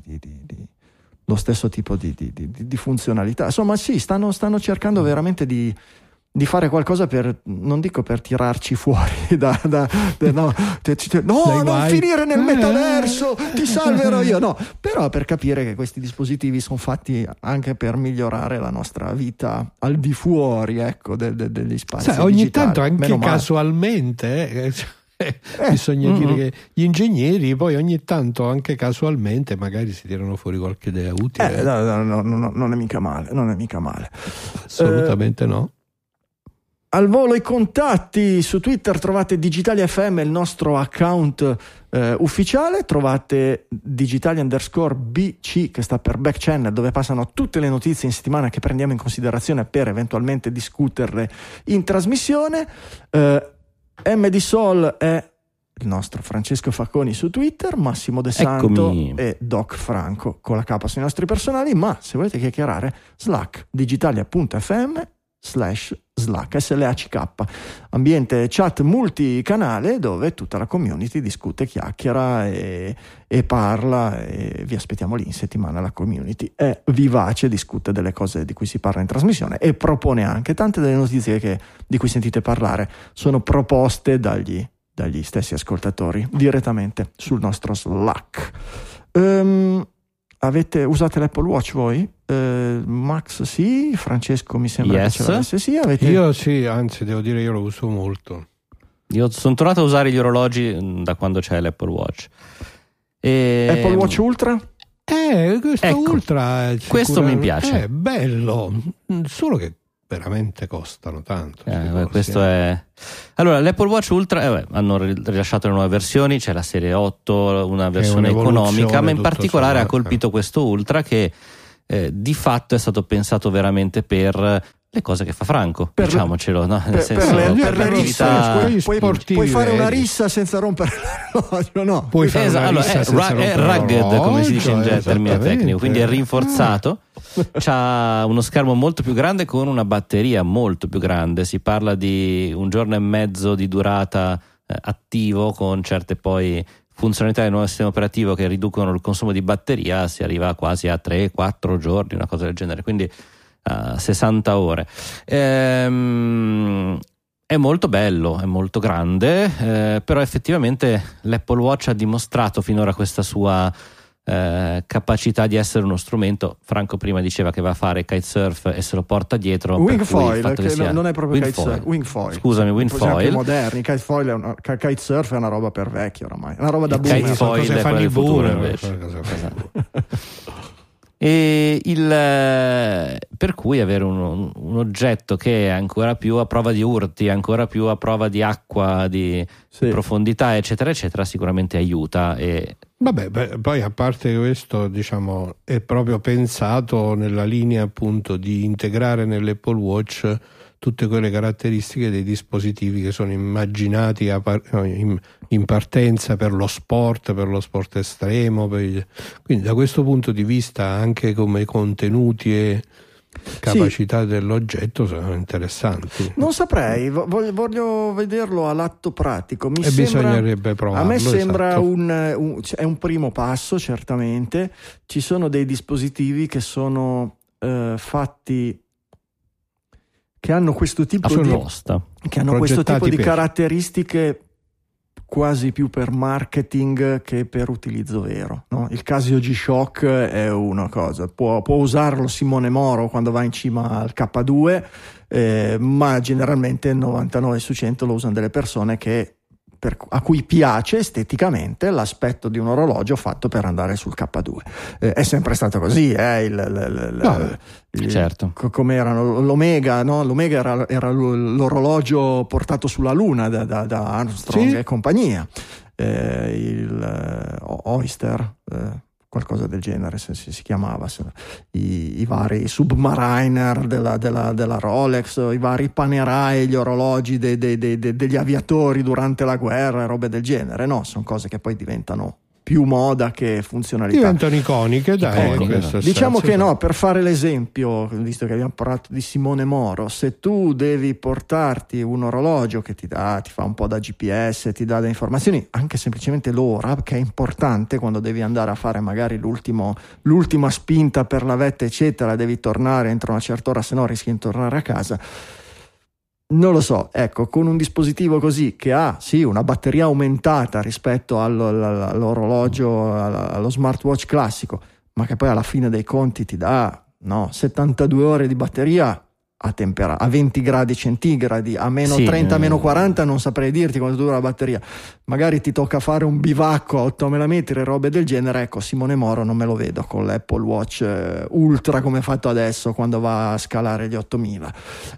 di funzionalità. Insomma sì, stanno cercando veramente di fare qualcosa per, non dico per tirarci fuori non finire nel metaverso, ti salverò io, no, però per capire che questi dispositivi sono fatti anche per migliorare la nostra vita al di fuori, ecco, degli spazi digitali. Ogni tanto anche casualmente bisogna dire che gli ingegneri poi ogni tanto anche casualmente magari si tirano fuori qualche idea utile. No, non è mica male, assolutamente no. Al volo i contatti: su Twitter trovate Digitalia FM, il nostro account ufficiale, trovate Digitalia_BC che sta per Back Channel, dove passano tutte le notizie in settimana che prendiamo in considerazione per eventualmente discuterle in trasmissione. MD Sol è il nostro Francesco Facconi su Twitter, Massimo De Santo e Doc Franco con la K sui nostri personali, ma se volete chiacchierare Slack digitalia.fm Slack, SLACK, ambiente chat multicanale dove tutta la community discute, chiacchiera e parla, e vi aspettiamo lì in settimana. La community è vivace, discute delle cose di cui si parla in trasmissione e propone anche tante delle notizie di cui sentite parlare sono proposte dagli stessi ascoltatori direttamente sul nostro Slack. Usate l'Apple Watch voi? Max sì, Francesco mi sembra che ce l'avesse. Sì, Io sì, anzi devo dire io lo uso molto. Io sono tornato a usare gli orologi da quando c'è l'Apple Watch. Apple Watch Ultra? Questo Ultra questo mi piace. È bello, solo che veramente costano tanto. Questo è. Allora, l'Apple Watch Ultra hanno rilasciato le nuove versioni, c'è la serie 8, una versione economica, ma in particolare ha colpito questo Ultra che di fatto è stato pensato veramente per le cose che fa Franco, diciamocelo, no? Nel senso, per le risse, puoi fare una rissa senza rompere l'orologio, no? Puoi fare una rissa senza rompere l'orologio, è rugged, come si dice in termine tecnico, quindi è rinforzato. C'ha uno schermo molto più grande con una batteria molto più grande, si parla di 1 giorno e mezzo di durata attivo, con certe poi funzionalità del nuovo sistema operativo che riducono il consumo di batteria, si arriva quasi a 3-4 giorni, una cosa del genere, quindi 60 ore. È molto bello, è molto grande, però effettivamente l'Apple Watch ha dimostrato finora questa sua capacità di essere uno strumento. Franco prima diceva che va a fare kitesurf e se lo porta dietro. Wingfoil, che non è proprio kitesurf. Wingfoil. Scusami, wingfoil. Moderni, kitesurf è una roba per vecchi oramai, è una roba da boomer. Kitefoil è quello del futuro invece. E per cui avere un oggetto che è ancora più a prova di urti, ancora più a prova di acqua, di profondità, eccetera eccetera, sicuramente aiuta. Poi a parte questo, diciamo, è proprio pensato nella linea appunto di integrare nell'Apple Watch tutte quelle caratteristiche dei dispositivi che sono immaginati in partenza per lo sport estremo, quindi da questo punto di vista anche come contenuti e capacità dell'oggetto sono interessanti. Non saprei, voglio vederlo all'atto pratico. Bisognerebbe provarlo. A me sembra è un primo passo, certamente. Ci sono dei dispositivi che sono fatti, che hanno questo tipo di caratteristiche quasi più per marketing che per utilizzo vero, no? Il Casio G-Shock è una cosa, può usarlo Simone Moro quando va in cima al K2, ma generalmente 99 su 100 lo usano delle persone a cui piace esteticamente l'aspetto di un orologio fatto per andare sul K2. È sempre stato così, certo. Come erano l'Omega, no? L'Omega era l'orologio portato sulla Luna da Armstrong e compagnia. Il Oyster, qualcosa del genere si chiamava, i vari Submariner della Rolex, i vari Panerai, gli orologi degli aviatori durante la guerra e robe del genere, no? Sono cose che poi diventano più moda che funzionalità. Diventano iconiche, dai. Diciamo che no, per fare l'esempio, visto che abbiamo parlato di Simone Moro, se tu devi portarti un orologio che ti fa un po' da GPS, ti dà delle informazioni, anche semplicemente l'ora, che è importante quando devi andare a fare magari l'ultima spinta per la vetta, eccetera, devi tornare entro una certa ora, se no rischi di tornare a casa. Non lo so, ecco, con un dispositivo così che ha una batteria aumentata rispetto all'orologio, allo smartwatch classico, ma che poi alla fine dei conti ti dà 72 ore di batteria a 20 gradi centigradi, a meno 30, meno 40, non saprei dirti quanto dura la batteria. Magari ti tocca fare un bivacco a 8000 metri e robe del genere. Ecco, Simone Moro non me lo vedo con l'Apple Watch Ultra come è fatto adesso quando va a scalare gli 8000.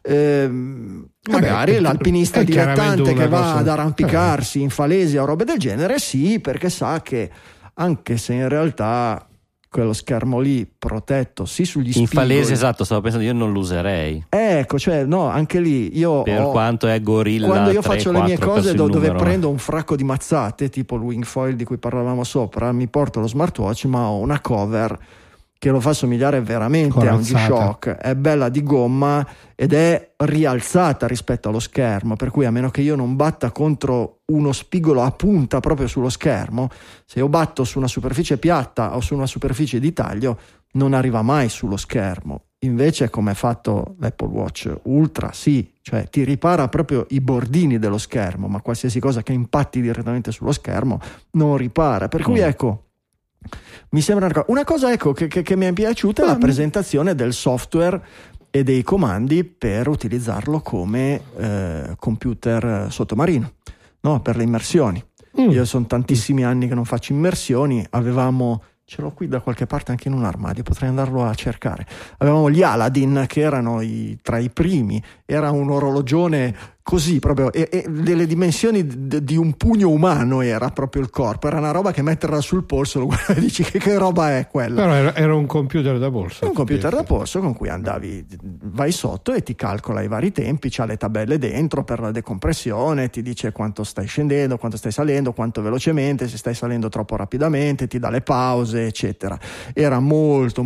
Magari l'alpinista dilettante che va ad arrampicarsi in falesia o robe del genere, sì, perché sa che anche se in realtà quello schermo lì protetto sugli spigoli, in falese, esatto, stavo pensando, io non lo userei, ecco, cioè no, anche lì io quanto è gorilla, quando io faccio le mie cose dove prendo un fracco di mazzate tipo il wingfoil di cui parlavamo sopra, mi porto lo smartwatch ma ho una cover che lo fa somigliare veramente a un G-Shock, è bella di gomma ed è rialzata rispetto allo schermo, per cui a meno che io non batta contro uno spigolo a punta proprio sullo schermo, se io batto su una superficie piatta o su una superficie di taglio non arriva mai sullo schermo. Invece, come è fatto l'Apple Watch Ultra, sì, cioè ti ripara proprio i bordini dello schermo, ma qualsiasi cosa che impatti direttamente sullo schermo non ripara, per cui ecco, mi sembra una cosa ecco, che mi è piaciuta è la presentazione del software e dei comandi per utilizzarlo come computer sottomarino, no? Per le immersioni. Io sono tantissimi anni che non faccio immersioni, ce l'ho qui da qualche parte anche in un armadio, potrei andarlo a cercare. Avevamo gli Aladdin che erano tra i primi, era un orologione così proprio, e delle dimensioni di un pugno umano era proprio il corpo, era una roba che metterla sul polso, lo guardi e dici che roba è quella? Però era un computer da polso. Un computer da polso con cui vai sotto e ti calcola i vari tempi, c'ha le tabelle dentro per la decompressione, ti dice quanto stai scendendo, quanto stai salendo, quanto velocemente, se stai salendo troppo rapidamente, ti dà le pause, eccetera. Era molto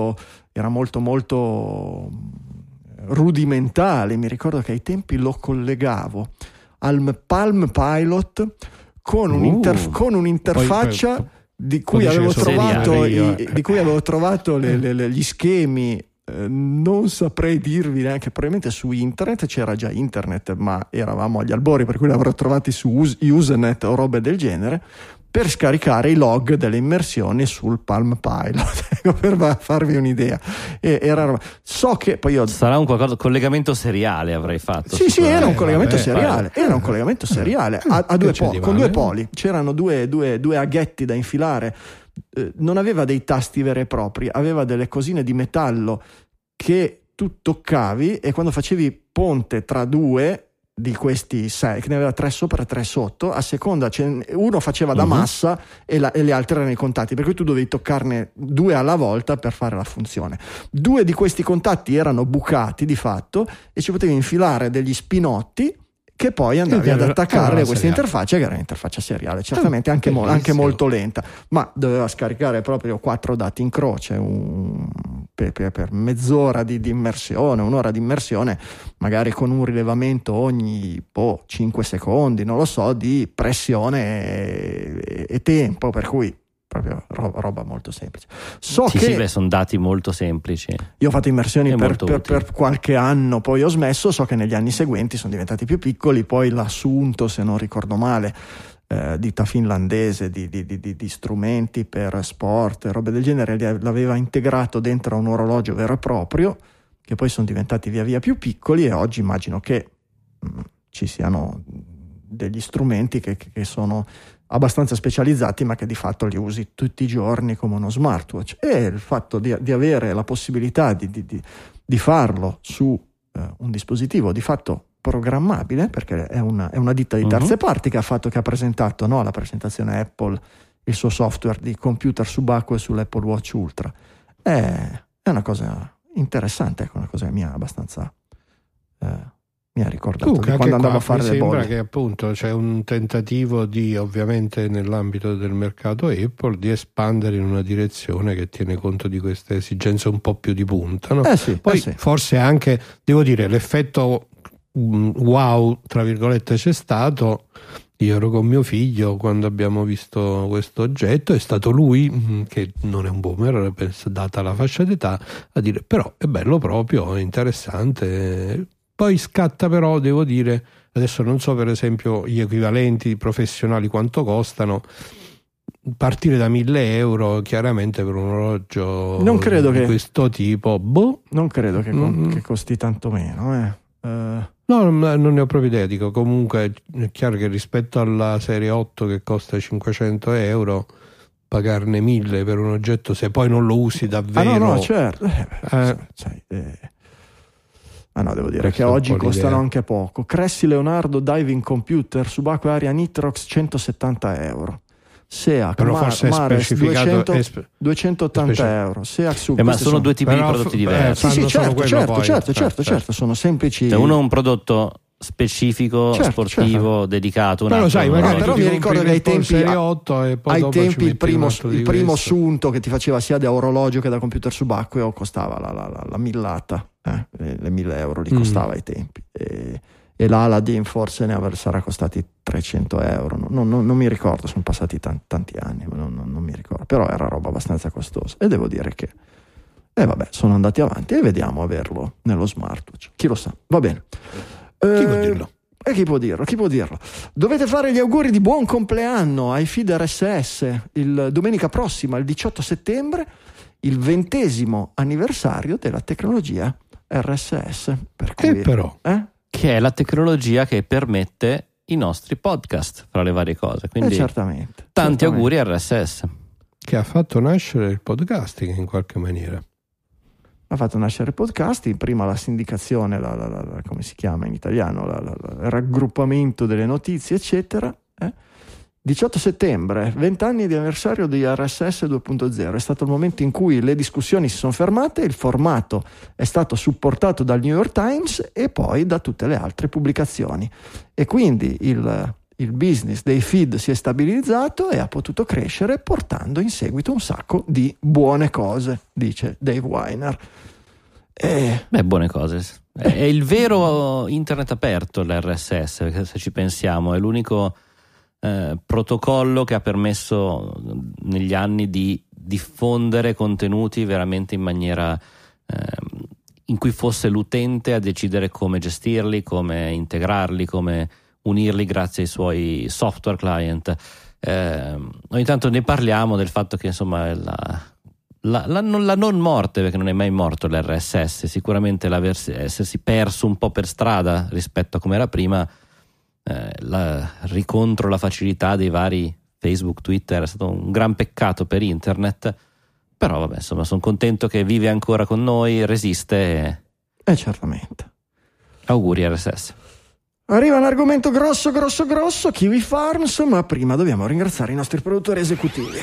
rudimentale. Mi ricordo che ai tempi lo collegavo al Palm Pilot con un'interfaccia di cui avevo trovato gli schemi. Non saprei dirvi neanche, probabilmente su internet c'era già internet, ma eravamo agli albori, per cui l'avrò trovati su Usenet o robe del genere, per scaricare i log delle immersioni sul Palm Pilot, per farvi un'idea. So che poi sarà un collegamento seriale avrei fatto. Sì, era un collegamento seriale. Era un collegamento seriale con due poli. C'erano due aghetti da infilare. Non aveva dei tasti veri e propri, aveva delle cosine di metallo che tu toccavi e quando facevi ponte tra due di questi 6, che ne aveva 3 sopra e 3 sotto, a seconda uno faceva da massa e le altre erano i contatti, per cui tu dovevi toccarne 2 alla volta per fare la funzione. 2 di questi contatti erano bucati di fatto e ci potevi infilare degli spinotti che poi andavi ad attaccare questa interfaccia, che era un'interfaccia seriale, certamente anche molto lenta, ma doveva scaricare proprio 4 dati in croce per mezz'ora di immersione, un'ora di immersione, magari con un rilevamento ogni 5 secondi, non lo so, di pressione e tempo, per cui proprio roba molto semplice. Sono dati molto semplici. Io ho fatto immersioni per qualche anno, poi ho smesso. So che negli anni seguenti sono diventati più piccoli, poi l'Assunto, se non ricordo male, ditta finlandese di strumenti per sport e robe del genere, l'aveva integrato dentro a un orologio vero e proprio, che poi sono diventati via via più piccoli, e oggi immagino che ci siano degli strumenti che sono abbastanza specializzati, ma che di fatto li usi tutti i giorni come uno smartwatch. E il fatto di avere la possibilità di farlo su un dispositivo di fatto programmabile, perché è una ditta di terze parti che ha presentato, no, alla presentazione Apple, il suo software di computer subacqueo sull'Apple Watch Ultra, è una cosa interessante, ecco, una cosa che mi ha abbastanza mi ha ricordato di quando andavo a fare le bolle. Mi sembra che appunto c'è un tentativo ovviamente nell'ambito del mercato Apple, di espandere in una direzione che tiene conto di queste esigenze un po' più di punta, no? Poi forse anche, devo dire, l'effetto wow, tra virgolette, c'è stato. Io ero con mio figlio quando abbiamo visto questo oggetto, è stato lui, che non è un boomer data la fascia d'età, a dire però è bello proprio, è interessante. Poi scatta, però devo dire, adesso non so per esempio gli equivalenti professionali quanto costano, partire da 1.000 euro chiaramente per un orologio di questo tipo, non credo che costi tanto meno. No, non ne ho proprio idea, dico, comunque è chiaro che rispetto alla serie 8 che costa 500 euro, pagarne 1.000 per un oggetto, se poi non lo usi davvero... no, certo. No, devo dire che oggi costano anche poco. Cressi Leonardo Diving Computer subacqueo Aria Nitrox 170 euro. SEAC Mares 280 euro. SEAC ma sono due tipi di prodotti diversi. Certo, sono semplici. Uno è un prodotto specifico, sportivo, dedicato. Però sai, magari però mi ricordo che ai tempi, Serie 8 e poi ai tempi il primo questo. assunto che ti faceva sia da orologio che da computer subacqueo costava la millata, le 1.000 euro li costava ai tempi, e l'Aladdin forse sarà costati 300 euro, non mi ricordo, sono passati tanti anni, non mi ricordo, però era roba abbastanza costosa, e devo dire che sono andati avanti, e vediamo averlo nello smartwatch, chi lo sa, va bene. Chi può dirlo? Chi può dirlo? Dovete fare gli auguri di buon compleanno ai feed RSS il domenica prossima, il 18 settembre, il 20° anniversario della tecnologia RSS. Per cui, che è la tecnologia che permette i nostri podcast, fra le varie cose. Quindi certamente. Tanti auguri RSS. Che ha fatto nascere il podcasting in qualche maniera. Ha fatto nascere il podcasting, prima la sindicazione, come si chiama in italiano, il raggruppamento delle notizie, eccetera. 18 settembre, 20 anni di anniversario di RSS 2.0, è stato il momento in cui le discussioni si sono fermate, il formato è stato supportato dal New York Times e poi da tutte le altre pubblicazioni, e quindi il business dei feed si è stabilizzato e ha potuto crescere, portando in seguito un sacco di buone cose, dice Dave Winer. Buone cose. È il vero internet aperto, l'RSS, perché se ci pensiamo è l'unico protocollo che ha permesso negli anni di diffondere contenuti veramente in maniera in cui fosse l'utente a decidere come gestirli, come integrarli, come unirli grazie ai suoi software client. Ogni tanto ne parliamo del fatto che insomma la non morte, perché non è mai morto l'RSS, sicuramente essersi perso un po' per strada rispetto a come era prima, ricontro la facilità dei vari Facebook, Twitter, è stato un gran peccato per internet, però vabbè, insomma, sono contento che vive ancora con noi, resiste certamente. Auguri RSS. Arriva un argomento grosso, Kiwi Farms, ma prima dobbiamo ringraziare i nostri produttori esecutivi.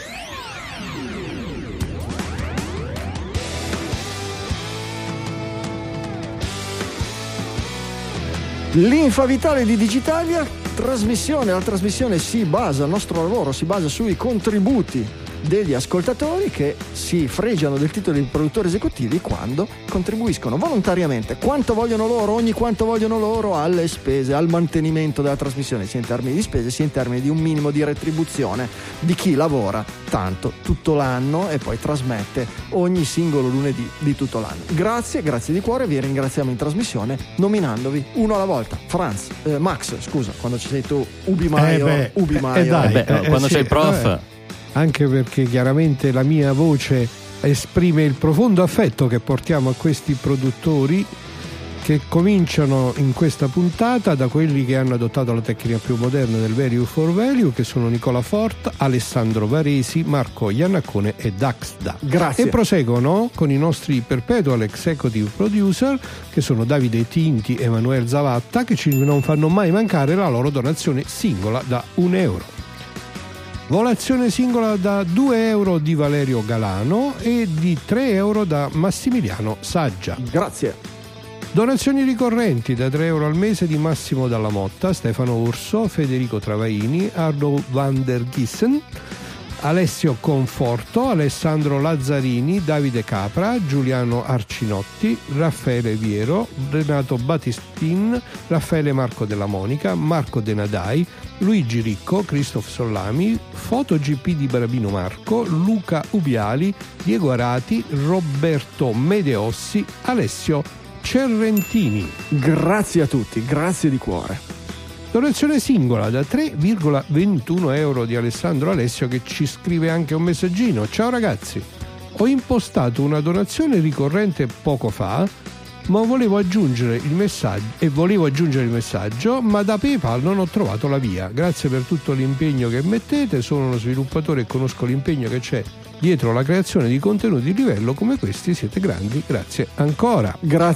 Linfa vitale di Digitalia, la trasmissione si basa, il nostro lavoro si basa sui contributi degli ascoltatori che si fregiano del titolo di produttori esecutivi quando contribuiscono volontariamente ogni quanto vogliono loro alle spese, al mantenimento della trasmissione, sia in termini di spese sia in termini di un minimo di retribuzione di chi lavora tanto tutto l'anno e poi trasmette ogni singolo lunedì di tutto l'anno. Grazie di cuore, vi ringraziamo in trasmissione nominandovi uno alla volta. Max, scusa, quando ci sei tu, Ubi Maior, quando c'è il prof. Anche perché chiaramente la mia voce esprime il profondo affetto che portiamo a questi produttori, che cominciano in questa puntata da quelli che hanno adottato la tecnica più moderna del value for value, che sono Nicola Fort, Alessandro Varesi, Marco Iannaccone e Daxda. Grazie. E proseguono con i nostri perpetual executive producer, che sono Davide Tinti e Emanuele Zavatta, che non fanno mai mancare la loro donazione singola da €1. Volazione singola da €2 di Valerio Galano e di €3 da Massimiliano Saggia. Grazie. Donazioni ricorrenti da €3 al mese di Massimo Dalla Motta, Stefano Urso, Federico Travaini, Arno van der Gissen, Alessio Conforto, Alessandro Lazzarini, Davide Capra, Giuliano Arcinotti, Raffaele Viero, Renato Battistin, Raffaele Marco della Monica, Marco Denadai, Luigi Ricco, Christoph Sollami, FotoGP di Barabino Marco, Luca Ubiali, Diego Arati, Roberto Medeossi, Alessio Cerrentini. Grazie a tutti, grazie di cuore. Donazione singola da €3,21 di Alessandro Alessio, che ci scrive anche un messaggino. Ciao ragazzi, ho impostato una donazione ricorrente poco fa, ma volevo aggiungere il messaggio, ma da PayPal non ho trovato la via. Grazie per tutto l'impegno che mettete, sono uno sviluppatore e conosco l'impegno che c'è dietro la creazione di contenuti di livello come questi, siete grandi, grazie ancora.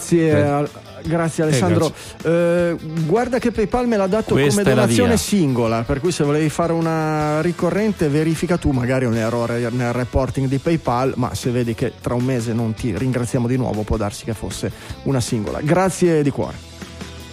Grazie Alessandro. Guarda che PayPal me l'ha dato come donazione singola, per cui se volevi fare una ricorrente verifica tu, magari un errore nel reporting di PayPal, ma se vedi che tra un mese non ti ringraziamo di nuovo può darsi che fosse una singola. Grazie di cuore.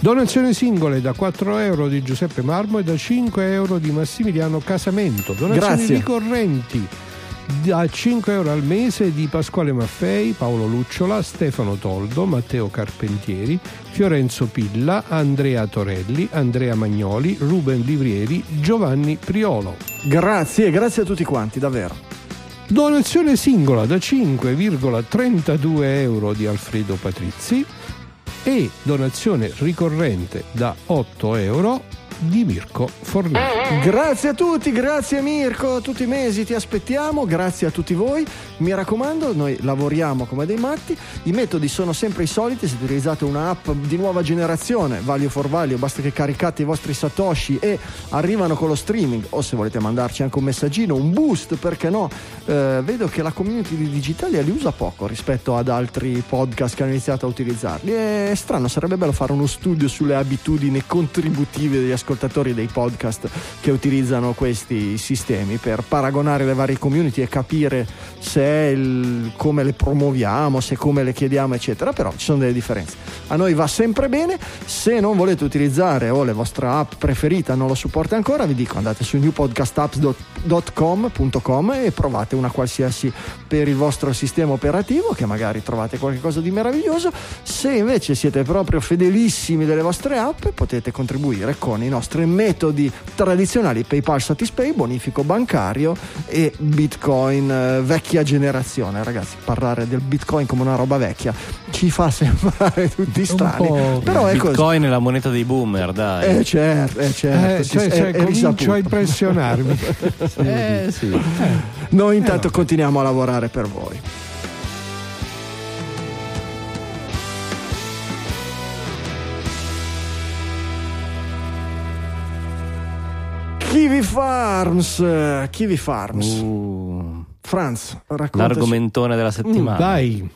Donazioni singole da 4 euro di Giuseppe Marmo e da 5 euro di Massimiliano Casamento. Donazioni ricorrenti da 5 euro al mese di Pasquale Maffei, Paolo Lucciola, Stefano Toldo, Matteo Carpentieri, Fiorenzo Pilla, Andrea Torelli, Andrea Magnoli, Ruben Livrieri, Giovanni Priolo. Grazie a tutti quanti, davvero. Donazione singola da 5,32 euro di Alfredo Patrizzi e donazione ricorrente da 8 euro di Mirko Fornelli. Grazie a tutti, grazie Mirko, tutti i mesi ti aspettiamo, grazie a tutti voi, mi raccomando, noi lavoriamo come dei matti, i metodi sono sempre i soliti, se utilizzate una app di nuova generazione, Value for Value, basta che caricate i vostri satoshi e arrivano con lo streaming, o se volete mandarci anche un messaggino, un boost, perché no, vedo che la community di Digitalia li usa poco rispetto ad altri podcast che hanno iniziato a utilizzarli, è strano, sarebbe bello fare uno studio sulle abitudini contributive degli ascoltatori dei podcast che utilizzano questi sistemi per paragonare le varie community e capire se come le promuoviamo, se come le chiediamo eccetera, però ci sono delle differenze. A noi va sempre bene, se non volete utilizzare o la vostra app preferita non lo supporta ancora, vi dico andate su newpodcastapps.com e provate una qualsiasi per il vostro sistema operativo che magari trovate qualcosa di meraviglioso. Se invece siete proprio fedelissimi delle vostre app potete contribuire con i nostri metodi tradizionali, PayPal, Satispay, bonifico bancario e Bitcoin vecchia generazione. Ragazzi, parlare del Bitcoin come una roba vecchia ci fa sembrare tutti strani, però è così. Bitcoin è la moneta dei boomer, dai. Certo, comincio a impressionarmi. Sì. Noi intanto continuiamo a lavorare per voi. Kiwi Farms. Franz, raccontaci. L'argomentone della settimana. Dai.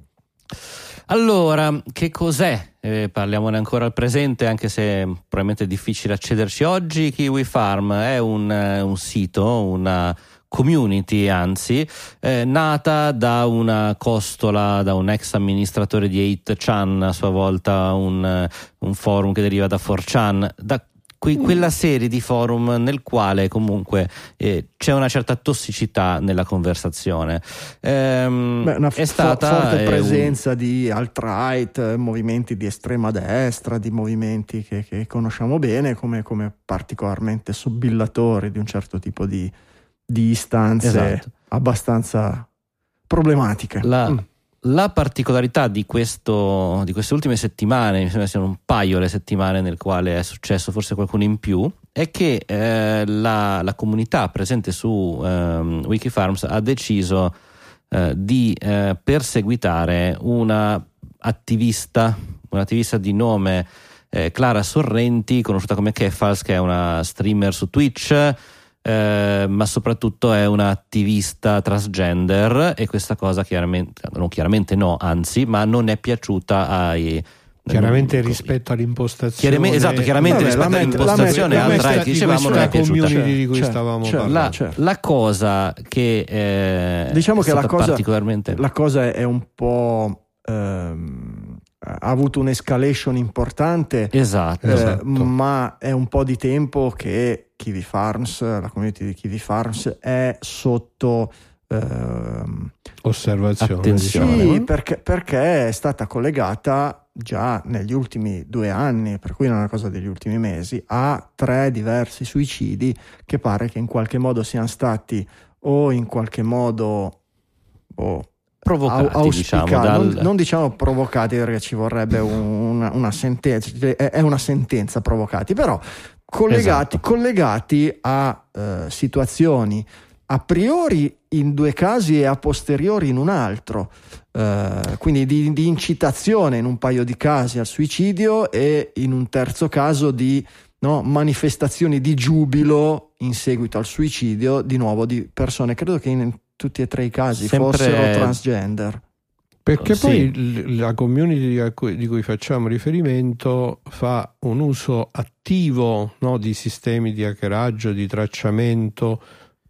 Allora, che cos'è? Parliamone ancora al presente, anche se probabilmente è difficile accederci oggi. Kiwi Farm è un sito, una community anzi, nata da una costola, da un ex amministratore di 8chan, a sua volta un forum che deriva da 4chan, da quella serie di forum nel quale comunque c'è una certa tossicità nella conversazione. Una è stata forte presenza di alt-right, movimenti di estrema destra, di movimenti che conosciamo bene come particolarmente sobillatori di un certo tipo di istanze, esatto, abbastanza problematiche. La particolarità di queste ultime settimane, mi sembra siano un paio le settimane nel quale è successo forse qualcuno in più, è che la comunità presente su Wikifarms ha deciso di perseguitare una attivista di nome Clara Sorrenti, conosciuta come Keffals, che è una streamer su Twitch, ma soprattutto è un'attivista transgender, e questa cosa anzi, ma non è piaciuta ai chiaramente rispetto all'impostazione, chiaramente rispetto all'impostazione alt-right, dicevamo, non è piaciuta, di cui stavamo parlando. La cosa che diciamo che la cosa è un po' ha avuto un'escalation importante, esatto. Ma è un po' di tempo che Kiwi Farms, la community di Kiwi Farms è sotto osservazione, attenzione. Sì, perché è stata collegata già negli ultimi 2 anni, per cui non è una cosa degli ultimi mesi, a 3 diversi suicidi che pare che in qualche modo siano stati o in qualche modo provocati, diciamo, non diciamo provocati perché ci vorrebbe una sentenza, è una sentenza provocati, però collegati a situazioni a priori in 2 casi e a posteriori in un altro, quindi di incitazione in un paio di casi al suicidio e in un terzo caso di manifestazioni di giubilo in seguito al suicidio, di nuovo di persone, credo che in tutti e 3 i casi fossero transgender. Perché poi la community di cui facciamo riferimento fa un uso attivo di sistemi di hackeraggio, di tracciamento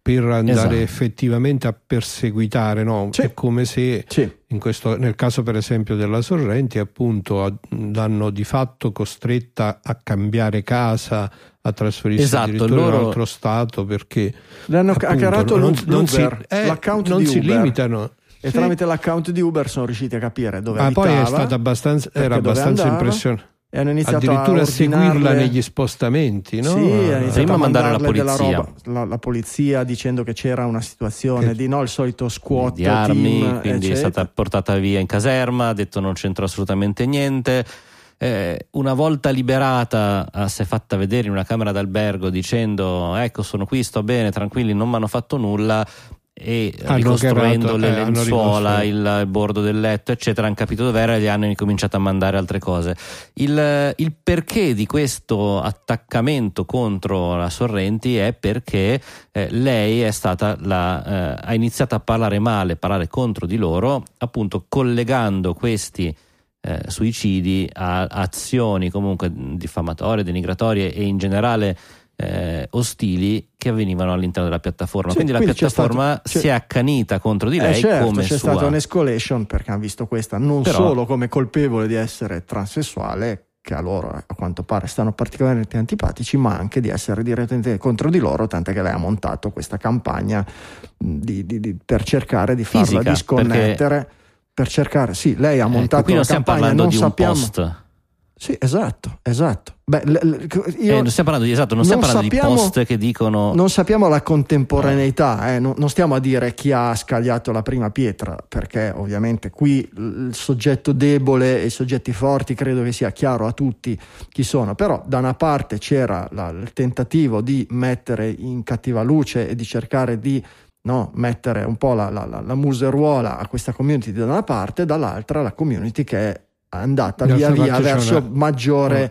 per andare effettivamente a perseguitare, no? Sì. È come se Sì. nel caso per esempio della Sorrenti, appunto, l'hanno di fatto costretta a cambiare casa, a trasferirsi addirittura in un altro stato, perché le hanno hackerato l'account non di si Uber. Limitano. E tramite l'account di Uber sono riusciti a capire dove abitava. Poi è stata era abbastanza impressionante. E hanno iniziato addirittura a seguirla negli spostamenti, no? Sì, hanno iniziato a mandare la polizia. polizia. La polizia dicendo che c'era una situazione di il solito squat di armi, team, quindi eccetera. è stata portata via in caserma, ha detto non c'entrò assolutamente niente. Una volta liberata si è fatta vedere in una camera d'albergo dicendo ecco sono qui, sto bene, tranquilli, non mi hanno fatto nulla, e ricostruendo le lenzuola, il bordo del letto eccetera, hanno capito dov'era e gli hanno incominciato a mandare altre cose. Il perché di questo attaccamento contro la Sorrenti è perché lei è stata ha iniziato a parlare contro di loro, appunto collegando questi suicidi a azioni comunque diffamatorie, denigratorie e in generale ostili che avvenivano all'interno della piattaforma. Sì, quindi la piattaforma si è accanita contro di lei, come c'è stata un'escalation, perché hanno visto questa non solo come colpevole di essere transessuale, che a loro a quanto pare stanno particolarmente antipatici, ma anche di essere direttamente contro di loro, tant'è che lei ha montato questa campagna per cercare di farla fisica, disconnettere, per cercare, lei ha montato qui non una campagna, parlando non di sappiamo un post. Sì, esatto. Beh, non stiamo parlando di post che dicono. Non sappiamo la contemporaneità, non stiamo a dire chi ha scagliato la prima pietra, perché ovviamente qui il soggetto debole e i soggetti forti credo che sia chiaro a tutti chi sono, però da una parte c'era il tentativo di mettere in cattiva luce e di cercare di mettere un po' la museruola a questa community da una parte, dall'altra la community che è andata via via verso maggiore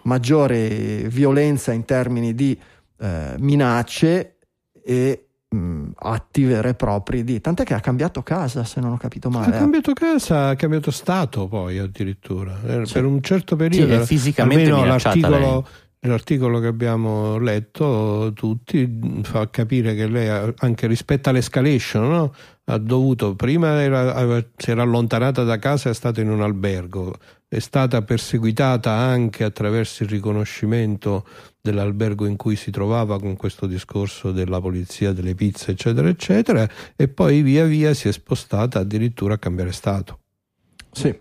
violenza in termini di minacce e atti veri e propri tant'è che ha cambiato casa, se non ho capito male. Ha cambiato casa, ha cambiato stato poi addirittura per un certo periodo. È fisicamente minacciata l'articolo che abbiamo letto tutti fa capire che lei anche rispetto all'escalation, ha dovuto, prima si era allontanata da casa, è stata in un albergo, è stata perseguitata anche attraverso il riconoscimento dell'albergo in cui si trovava, con questo discorso della polizia, delle pizze eccetera eccetera, e poi via via si è spostata addirittura a cambiare stato. Sì.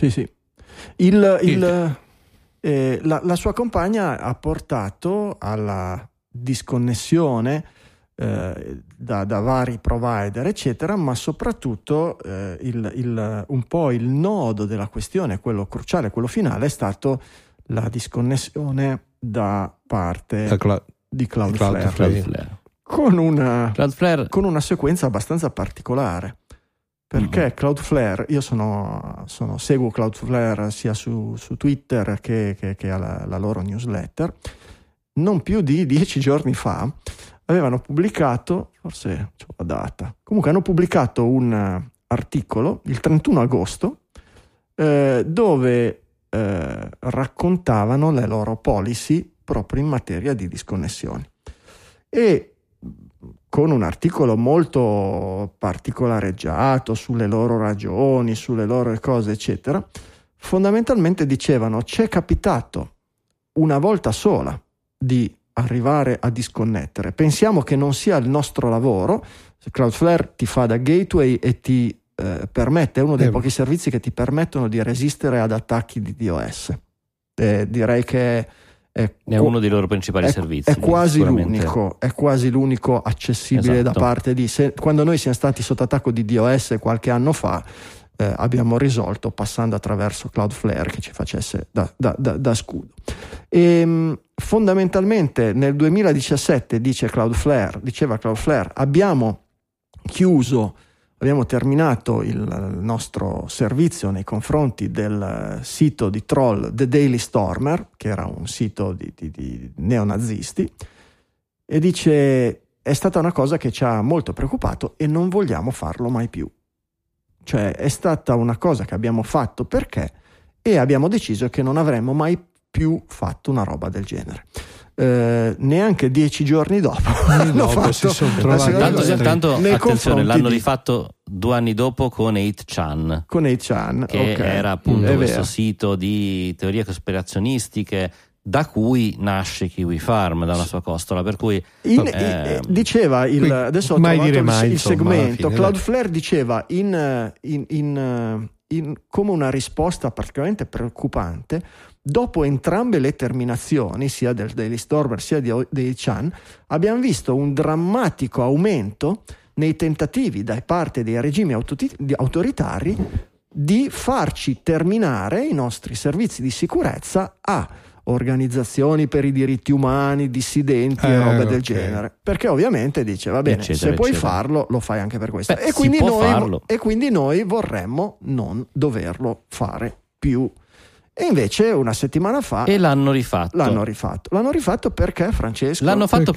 La sua compagna ha portato alla disconnessione da vari provider eccetera, ma soprattutto un po' il nodo della questione, quello cruciale, quello finale, è stato la disconnessione da parte di Cloudflare. Con una sequenza abbastanza particolare, perché Cloudflare, io seguo Cloudflare sia su Twitter che alla loro newsletter. Non più di 10 giorni fa avevano pubblicato, forse c'ho la data, comunque hanno pubblicato un articolo il 31 agosto dove raccontavano le loro policy proprio in materia di disconnessioni, e con un articolo molto particolareggiato sulle loro ragioni, sulle loro cose eccetera. Fondamentalmente dicevano: c'è capitato una volta sola di arrivare a disconnettere, pensiamo che non sia il nostro lavoro. Cloudflare ti fa da gateway e ti permette, è uno dei pochi servizi che ti permettono di resistere ad attacchi di DOS. Direi che è uno dei loro principali servizi. È quasi l'unico accessibile, esatto, da parte di quando noi siamo stati sotto attacco di DOS qualche anno fa, abbiamo risolto passando attraverso Cloudflare che ci facesse da scudo. E fondamentalmente nel 2017 diceva Cloudflare, abbiamo terminato il nostro servizio nei confronti del sito di troll The Daily Stormer, che era un sito di neonazisti, e dice: è stata una cosa che ci ha molto preoccupato e non vogliamo farlo mai più. Cioè è stata una cosa che abbiamo fatto perché, e abbiamo deciso che non avremmo mai più fatto una roba del genere. neanche 10 giorni dopo si sono trovati. Tanto attenzione, l'hanno rifatto 2 anni dopo con 8chan. Con 8chan, che okay. era appunto questo sito di teorie cospirazionistiche da cui nasce Kiwi Farm, da una sua costola, per cui diceva adesso ho mai trovato dire mai, il insomma, segmento. fine, Cloudflare diceva come una risposta particolarmente preoccupante, dopo entrambe le terminazioni, sia del Daily Stormer sia di Chan, abbiamo visto un drammatico aumento nei tentativi da parte dei regimi autoritari di farci terminare i nostri servizi di sicurezza a organizzazioni per i diritti umani, dissidenti e robe del genere, perché ovviamente dice va bene, se puoi farlo lo fai anche per questo. E quindi noi vorremmo non doverlo fare più. E invece una settimana fa l'hanno rifatto perché, Francesco? L'hanno fatto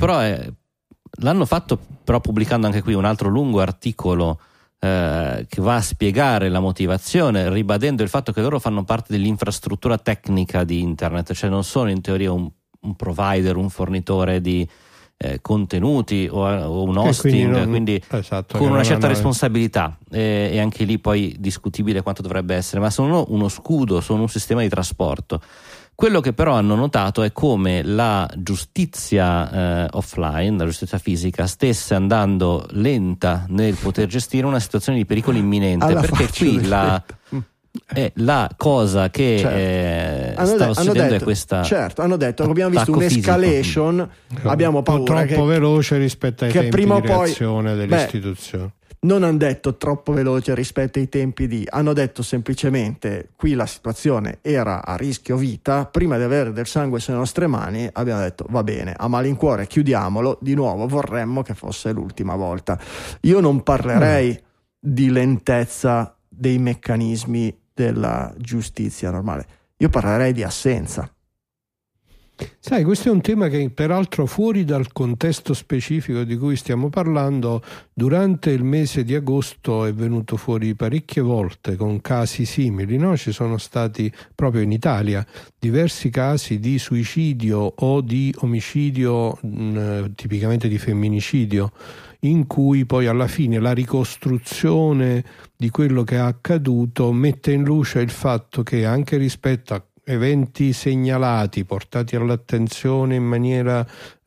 però pubblicando anche qui un altro lungo articolo che va a spiegare la motivazione, ribadendo il fatto che loro fanno parte dell'infrastruttura tecnica di internet, cioè non sono in teoria un provider, un fornitore di contenuti o un hosting, quindi con una certa responsabilità, e anche lì poi discutibile quanto dovrebbe essere, ma sono uno scudo, sono un sistema di trasporto. Quello che però hanno notato è come la giustizia offline, la giustizia fisica, stesse andando lenta nel poter gestire una situazione di pericolo imminente, perché qui la cosa che stava succedendo è questa. Certo, hanno detto, abbiamo visto un'escalation, abbiamo paura troppo veloce rispetto ai tempi prima o di poi reazione delle istituzioni. Non hanno detto troppo veloce rispetto ai tempi hanno detto semplicemente qui la situazione era a rischio vita, prima di avere del sangue sulle nostre mani abbiamo detto va bene, a malincuore chiudiamolo, di nuovo vorremmo che fosse l'ultima volta. Io non parlerei di lentezza dei meccanismi della giustizia normale, io parlerei di assenza. Sai, questo è un tema che peraltro fuori dal contesto specifico di cui stiamo parlando, durante il mese di agosto è venuto fuori parecchie volte con casi simili, no? Ci sono stati proprio in Italia diversi casi di suicidio o di omicidio, tipicamente di femminicidio, in cui poi alla fine la ricostruzione di quello che è accaduto mette in luce il fatto che anche rispetto a eventi segnalati, portati all'attenzione in maniera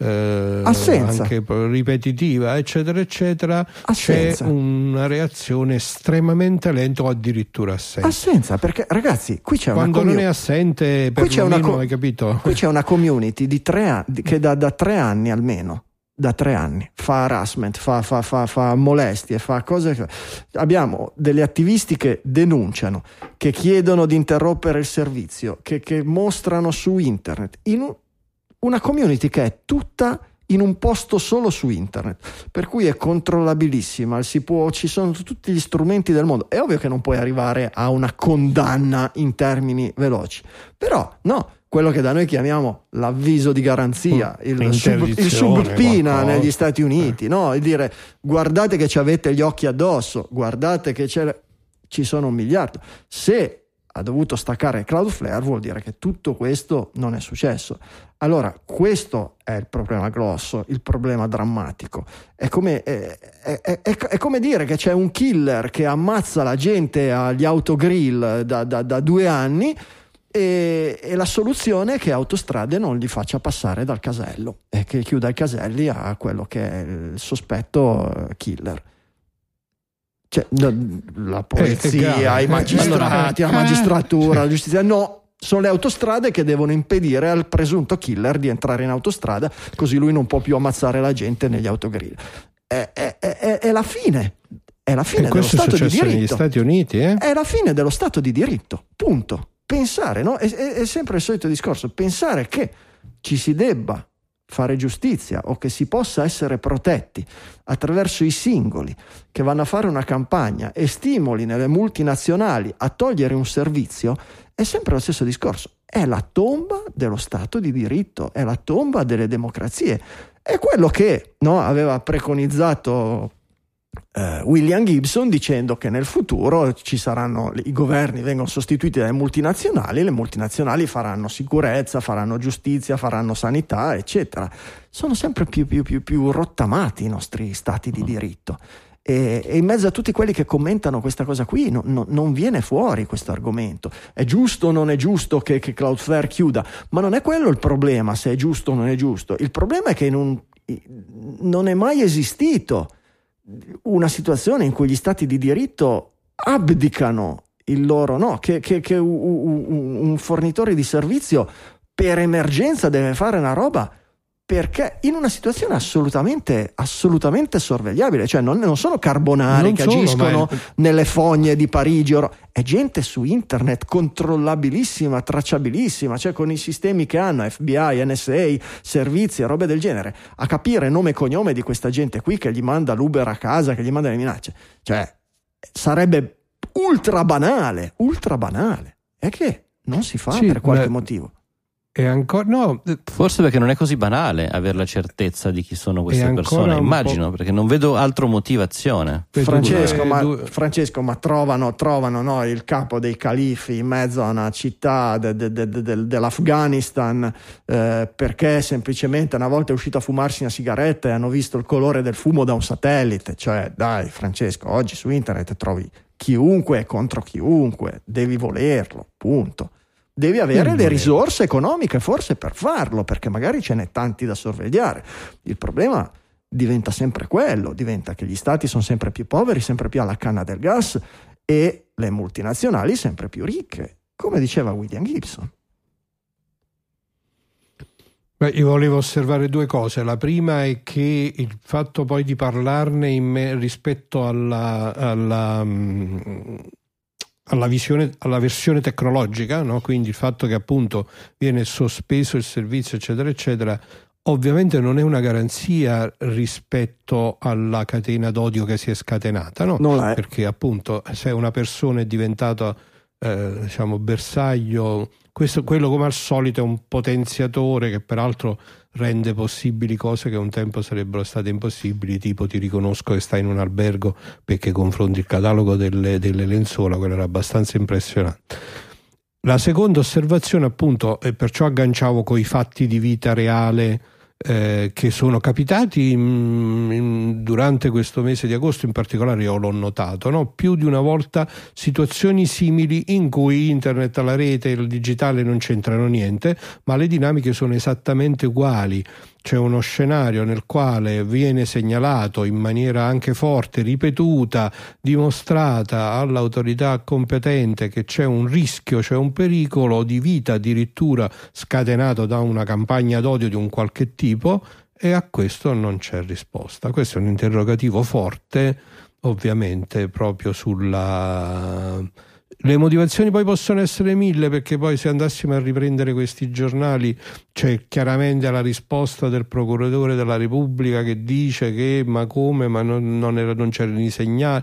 anche ripetitiva, eccetera eccetera, c'è una reazione estremamente lenta o addirittura assente. Assenza, perché ragazzi, qui c'è quando non è assente, per hai capito? Qui c'è una community di 3 anni che da 3 anni almeno. Da 3 anni fa harassment, fa molestie, fa cose. Abbiamo degli attivisti che denunciano, che chiedono di interrompere il servizio, che mostrano su internet, in una community che è tutta in un posto solo su internet, per cui è controllabilissima, ci sono tutti gli strumenti del mondo. È ovvio che non puoi arrivare a una condanna in termini veloci, però no, quello che da noi chiamiamo l'avviso di garanzia, il subpina negli Stati Uniti, no? E dire guardate che ci avete gli occhi addosso, guardate che ci sono 1 miliardo. Se ha dovuto staccare Cloudflare vuol dire che tutto questo non è successo. Allora questo è il problema grosso, il problema drammatico. È come dire che c'è un killer che ammazza la gente agli autogrill da 2 anni e la soluzione è che Autostrade non li faccia passare dal casello e che chiuda i caselli a quello che è il sospetto killer. Cioè, la polizia, i magistrati, la magistratura, la giustizia, no, sono le autostrade che devono impedire al presunto killer di entrare in autostrada, così lui non può più ammazzare la gente negli autogrill. È la fine. È la fine dello Stato di diritto. Negli Stati Uniti, È la fine dello Stato di diritto, punto. Pensare, no? È sempre il solito discorso, pensare che ci si debba fare giustizia o che si possa essere protetti attraverso i singoli che vanno a fare una campagna e stimolino le multinazionali a togliere un servizio, è sempre lo stesso discorso. È la tomba dello Stato di diritto, è la tomba delle democrazie. È quello che aveva preconizzato William Gibson, dicendo che nel futuro i governi vengono sostituiti dalle multinazionali, le multinazionali faranno sicurezza, faranno giustizia, faranno sanità, eccetera. Sono sempre più rottamati i nostri stati di diritto. E in mezzo a tutti quelli che commentano questa cosa qui non viene fuori questo argomento. È giusto o non è giusto che Cloudflare chiuda? Ma non è quello il problema, se è giusto o non è giusto. Il problema è che non è mai esistito una situazione in cui gli stati di diritto abdicano il loro, che un fornitore di servizio per emergenza deve fare una roba perché in una situazione assolutamente sorvegliabile, cioè non sono carbonari che agiscono nelle fogne di Parigi, è gente su internet controllabilissima, tracciabilissima, cioè con i sistemi che hanno FBI, NSA, servizi e robe del genere, a capire nome e cognome di questa gente qui che gli manda l'Uber a casa, che gli manda le minacce, cioè sarebbe ultra banale, è che non si fa per qualche motivo. E ancora, no, forse perché non è così banale avere la certezza di chi sono queste persone, immagino, perché non vedo altra motivazione. Francesco, ma trovano il capo dei califi in mezzo a una città dell'Afghanistan perché semplicemente una volta è uscito a fumarsi una sigaretta e hanno visto il colore del fumo da un satellite. Cioè, dai, Francesco, oggi su internet trovi chiunque contro chiunque, devi volerlo, punto. Devi avere le risorse economiche forse per farlo, perché magari ce n'è tanti da sorvegliare. Il problema diventa sempre quello, diventa che gli stati sono sempre più poveri, sempre più alla canna del gas e le multinazionali sempre più ricche, come diceva William Gibson. Io volevo osservare due cose. La prima è che il fatto poi di parlarne rispetto alla versione tecnologica, no? Quindi il fatto che appunto viene sospeso il servizio, eccetera eccetera, ovviamente non è una garanzia rispetto alla catena d'odio che si è scatenata, no? Perché appunto se una persona è diventata bersaglio, quello come al solito è un potenziatore che peraltro rende possibili cose che un tempo sarebbero state impossibili, tipo ti riconosco che stai in un albergo perché confronti il catalogo delle lenzuola, quello era abbastanza impressionante. La seconda osservazione appunto, e perciò agganciavo coi fatti di vita reale che sono capitati durante questo mese di agosto, in particolare io l'ho notato, no? Più di una volta situazioni simili in cui internet, la rete, il digitale non c'entrano niente, ma le dinamiche sono esattamente uguali. C'è uno scenario nel quale viene segnalato in maniera anche forte, ripetuta, dimostrata all'autorità competente che c'è un rischio, c'è un pericolo di vita addirittura scatenato da una campagna d'odio di un qualche tipo, e a questo non c'è risposta. Questo è un interrogativo forte, ovviamente, proprio sulla... Le motivazioni poi possono essere mille, perché poi se andassimo a riprendere questi giornali c'è chiaramente la risposta del procuratore della Repubblica che dice che non c'erano i segnali.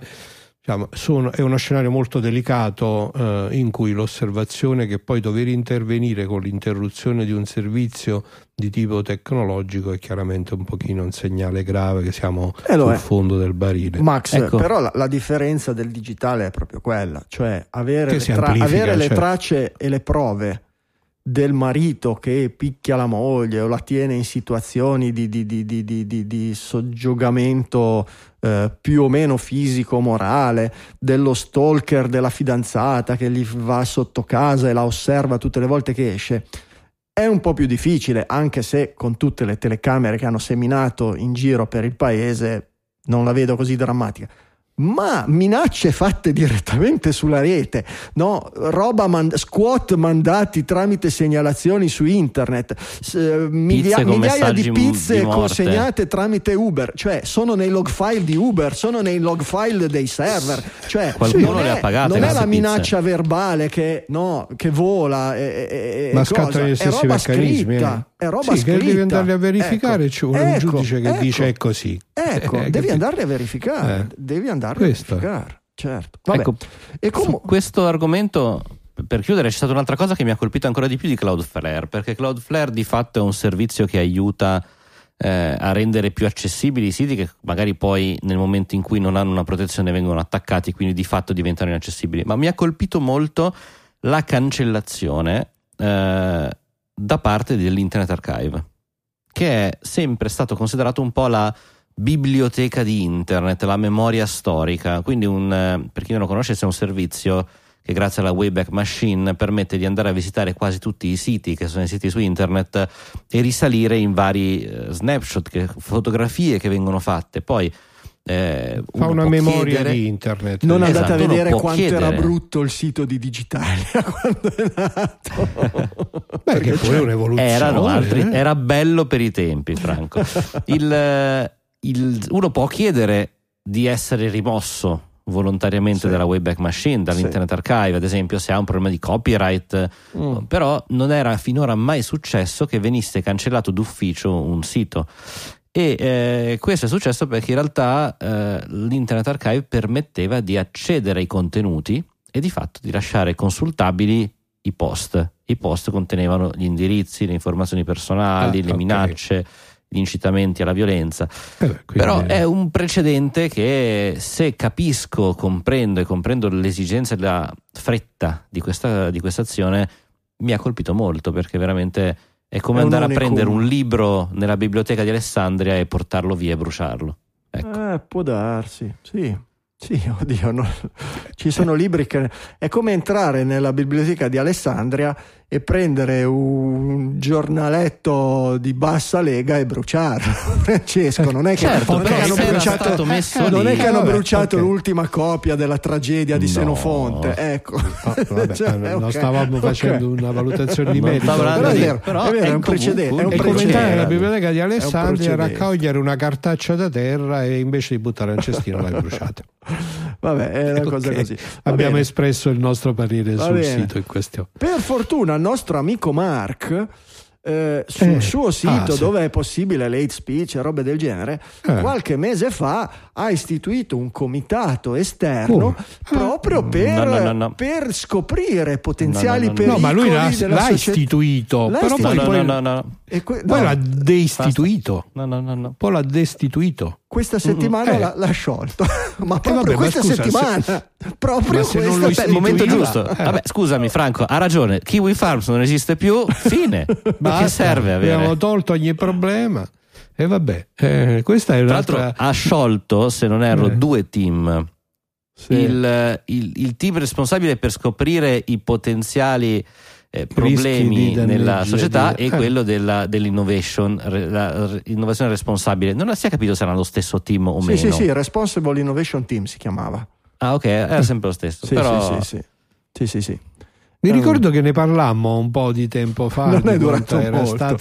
È uno scenario molto delicato in cui l'osservazione che poi dover intervenire con l'interruzione di un servizio di tipo tecnologico è chiaramente un pochino un segnale grave che siamo sul fondo del barile. Max, ecco. Però la differenza del digitale è proprio quella, cioè avere le tracce e le prove del marito che picchia la moglie o la tiene in situazioni di soggiogamento più o meno fisico, morale, dello stalker della fidanzata che gli va sotto casa e la osserva tutte le volte che esce, è un po' più difficile, anche se con tutte le telecamere che hanno seminato in giro per il paese non la vedo così drammatica. Ma minacce fatte direttamente sulla rete, no? Squat mandati tramite segnalazioni su internet, migliaia di pizze consegnate tramite Uber, cioè sono nei log file di Uber, sono nei log file dei server, cioè qualcuno le ha pagate, non è la minaccia verbale che vola, ma scatta negli stessi meccanismi, è roba scritta, che devi andare a verificare, c'è un giudice che dice è così, devi andare a verificare, certo. Vabbè. Ecco, su questo argomento, per chiudere, c'è stata un'altra cosa che mi ha colpito ancora di più di Cloudflare, perché Cloudflare di fatto è un servizio che aiuta a rendere più accessibili i siti che magari poi nel momento in cui non hanno una protezione vengono attaccati, quindi di fatto diventano inaccessibili. Ma mi ha colpito molto la cancellazione da parte dell'Internet Archive, che è sempre stato considerato un po' la biblioteca di internet, la memoria storica. Quindi per chi non lo conoscesse, è un servizio che grazie alla Wayback Machine permette di andare a visitare quasi tutti i siti che sono i siti su internet e risalire in vari snapshot, fotografie che vengono fatte. Poi fa una memoria di internet. Non andate a vedere quanto era brutto il sito di Digitalia quando è nato. Perché poi è un'evoluzione. Era bello per i tempi, Franco. Uno può chiedere di essere rimosso volontariamente dalla Wayback Machine, dall'Internet Archive, ad esempio, se ha un problema di copyright, però non era finora mai successo che venisse cancellato d'ufficio un sito. E questo è successo perché in realtà l'Internet Archive permetteva di accedere ai contenuti e di fatto di lasciare consultabili i post. I post contenevano gli indirizzi, le informazioni personali, le minacce, gli incitamenti alla violenza. Però è un precedente che, se comprendo l'esigenza e la fretta di questa azione, mi ha colpito molto, perché veramente è come andare a prendere un libro nella biblioteca di Alessandria e portarlo via e bruciarlo. Ecco. Può darsi, sì, oddio, no. Ci sono libri che è come entrare nella biblioteca di Alessandria e prendere un giornaletto di bassa lega e bruciarlo. Francesco, non è che hanno bruciato l'ultima copia della tragedia di Senofonte. Ecco. Non stavamo facendo una valutazione di merito. Però è un precedente. È come entrare nella biblioteca di Alessandria, raccogliere una cartaccia da terra e invece di buttare nel cestino l'hai bruciata. Vabbè, è una cosa così. Abbiamo espresso il nostro parere sul sito in questione. Per fortuna il nostro amico Mark sul suo sito dove è possibile l'hate speech e robe del genere, qualche mese fa ha istituito un comitato esterno proprio per scoprire potenziali pericoli. No, ma lui l'ha istituito, però poi l'ha deistituito. Poi l'ha destituito. Questa settimana l'ha sciolto, ma proprio questa settimana, proprio se non lo il momento giusto. Vabbè, scusami Franco, ha ragione, Kiwi Farms non esiste più, fine. Ma che serve avere? Abbiamo tolto ogni problema e vabbè, questa è un'altra. Tra l'altro ha sciolto, se non erro, 2 team. Il team responsabile per scoprire i potenziali problemi nella società e quello dell'innovation, l'innovazione responsabile. Non si è capito se era lo stesso team o meno. Sì, Responsible Innovation Team si chiamava. Ah, ok, era sempre lo stesso. Sì. Mi ricordo che ne parlammo un po' di tempo fa. Non è durato molto.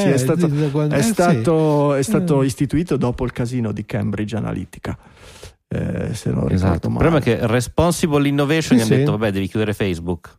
È stato istituito dopo il casino di Cambridge Analytica. Se non ricordo male. Il problema è che Responsible Innovation gli hanno detto vabbè, devi chiudere Facebook.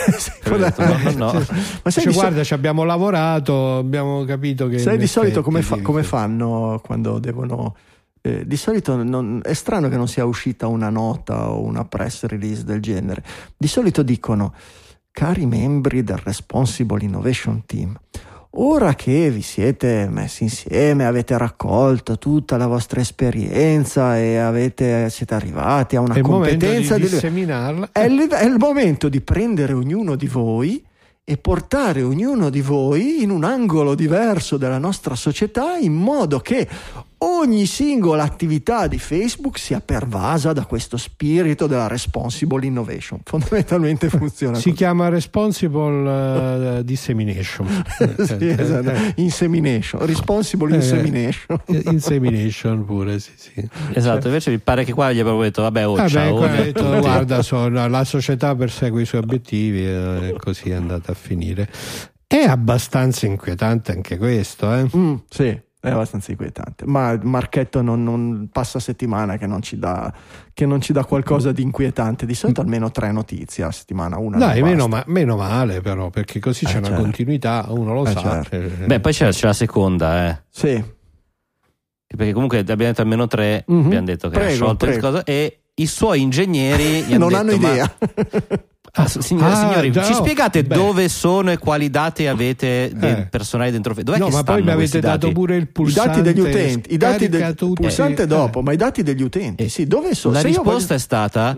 No. Ma sai, guarda, ci abbiamo lavorato, abbiamo capito che sai di solito come fanno quando devono di solito è strano che non sia uscita una nota o una press release del genere. Di solito dicono: cari membri del Responsible Innovation Team, ora che vi siete messi insieme, avete raccolto tutta la vostra esperienza e siete arrivati a una competenza di disseminarla, è il momento di prendere ognuno di voi e portare ognuno di voi in un angolo diverso della nostra società, in modo che ogni singola attività di Facebook sia pervasa da questo spirito della responsible innovation. Fondamentalmente funziona si chiama responsible dissemination. Sì, esatto. Insemination, responsible insemination. Insemination pure, sì. Esatto, invece mi pare che qua gli abbiamo detto guarda, la società persegue i suoi obiettivi e così è andata a finire. È abbastanza inquietante anche questo, sì. È abbastanza inquietante, ma Marchetto non passa settimana che non ci dà qualcosa di inquietante. Di solito almeno 3 notizie a settimana, una. Dai, meno male però, perché così c'è una continuità, uno lo sa. Certo. Beh, poi c'è la seconda, Sì. Perché comunque abbiamo detto almeno 3, abbiamo detto che ha sciolto le cose e i suoi ingegneri gli non hanno idea. Signori, ci spiegate dove sono e quali dati avete del personale dentro? Dov'è che ma poi mi avete dato pure il pulsante. I dati degli utenti, i dati del pulsante dopo, ma i dati degli utenti, sì, dove sono? La risposta è stata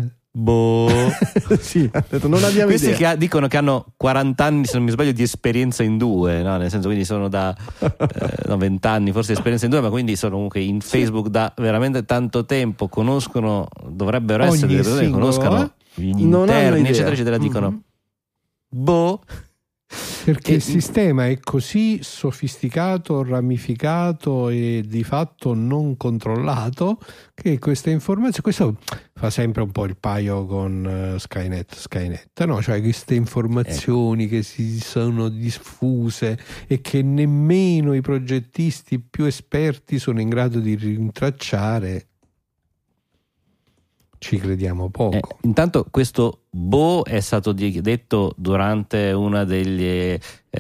sì, ha detto, non abbiamo questi idea. che dicono che hanno 40 anni, se non mi sbaglio, di esperienza in due, no? Nel senso, quindi sono da 20 anni forse di esperienza in due, ma quindi sono comunque in Facebook da veramente tanto tempo, conoscono, dovrebbero essere delle persone che conoscano gli interni, eccetera, eccetera, dicono perché il sistema è così sofisticato, ramificato e di fatto non controllato che queste informazioni, questo fa sempre un po' il paio con Skynet, no? Cioè queste informazioni che si sono diffuse e che nemmeno i progettisti più esperti sono in grado di rintracciare. Ci crediamo poco. Intanto questo è stato detto durante una delle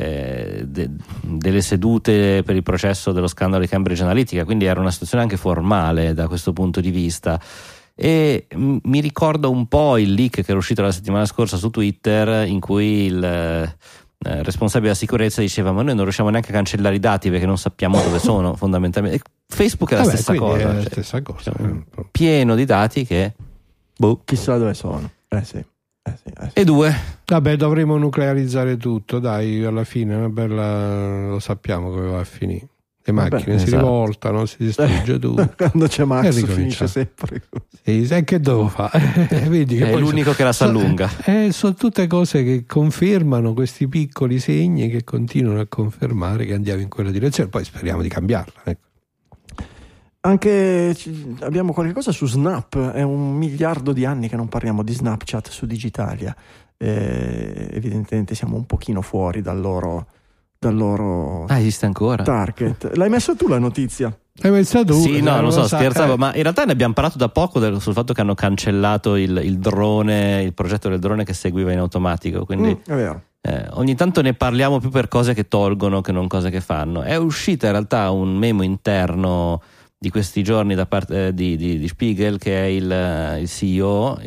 sedute per il processo dello scandalo di Cambridge Analytica, quindi era una situazione anche formale da questo punto di vista. E mi ricordo un po' il leak che era uscito la settimana scorsa su Twitter, in cui il responsabile della sicurezza diceva: ma noi non riusciamo neanche a cancellare i dati perché non sappiamo dove sono, fondamentalmente. E Facebook è la stessa cosa, è la stessa cosa. Pieno di dati che chissà dove sono. Sì. E due, vabbè, dovremo nuclearizzare tutto, dai, alla fine una bella, lo sappiamo come va a finire. Le macchine si rivoltano, si distrugge tutto. Quando c'è Max finisce sempre. Sì, sai che devo fare? Vedi che è l'unico che la sa lunga. Sono tutte cose che confermano questi piccoli segni che continuano a confermare che andiamo in quella direzione. Poi speriamo di cambiarla. Ecco. Anche abbiamo qualche cosa su Snap, è 1 miliardo di anni che non parliamo di Snapchat su Digitalia, evidentemente siamo un pochino fuori dal loro esiste ancora target. L'hai messa tu la notizia? L'hai messa tu? Sì, no, non so, scherzavo, ma in realtà ne abbiamo parlato da poco sul fatto che hanno cancellato il drone, il progetto del drone che seguiva in automatico, quindi è vero. Ogni tanto ne parliamo più per cose che tolgono che non cose che fanno. È uscita in realtà un memo interno di questi giorni da parte di Spiegel, che è il CEO,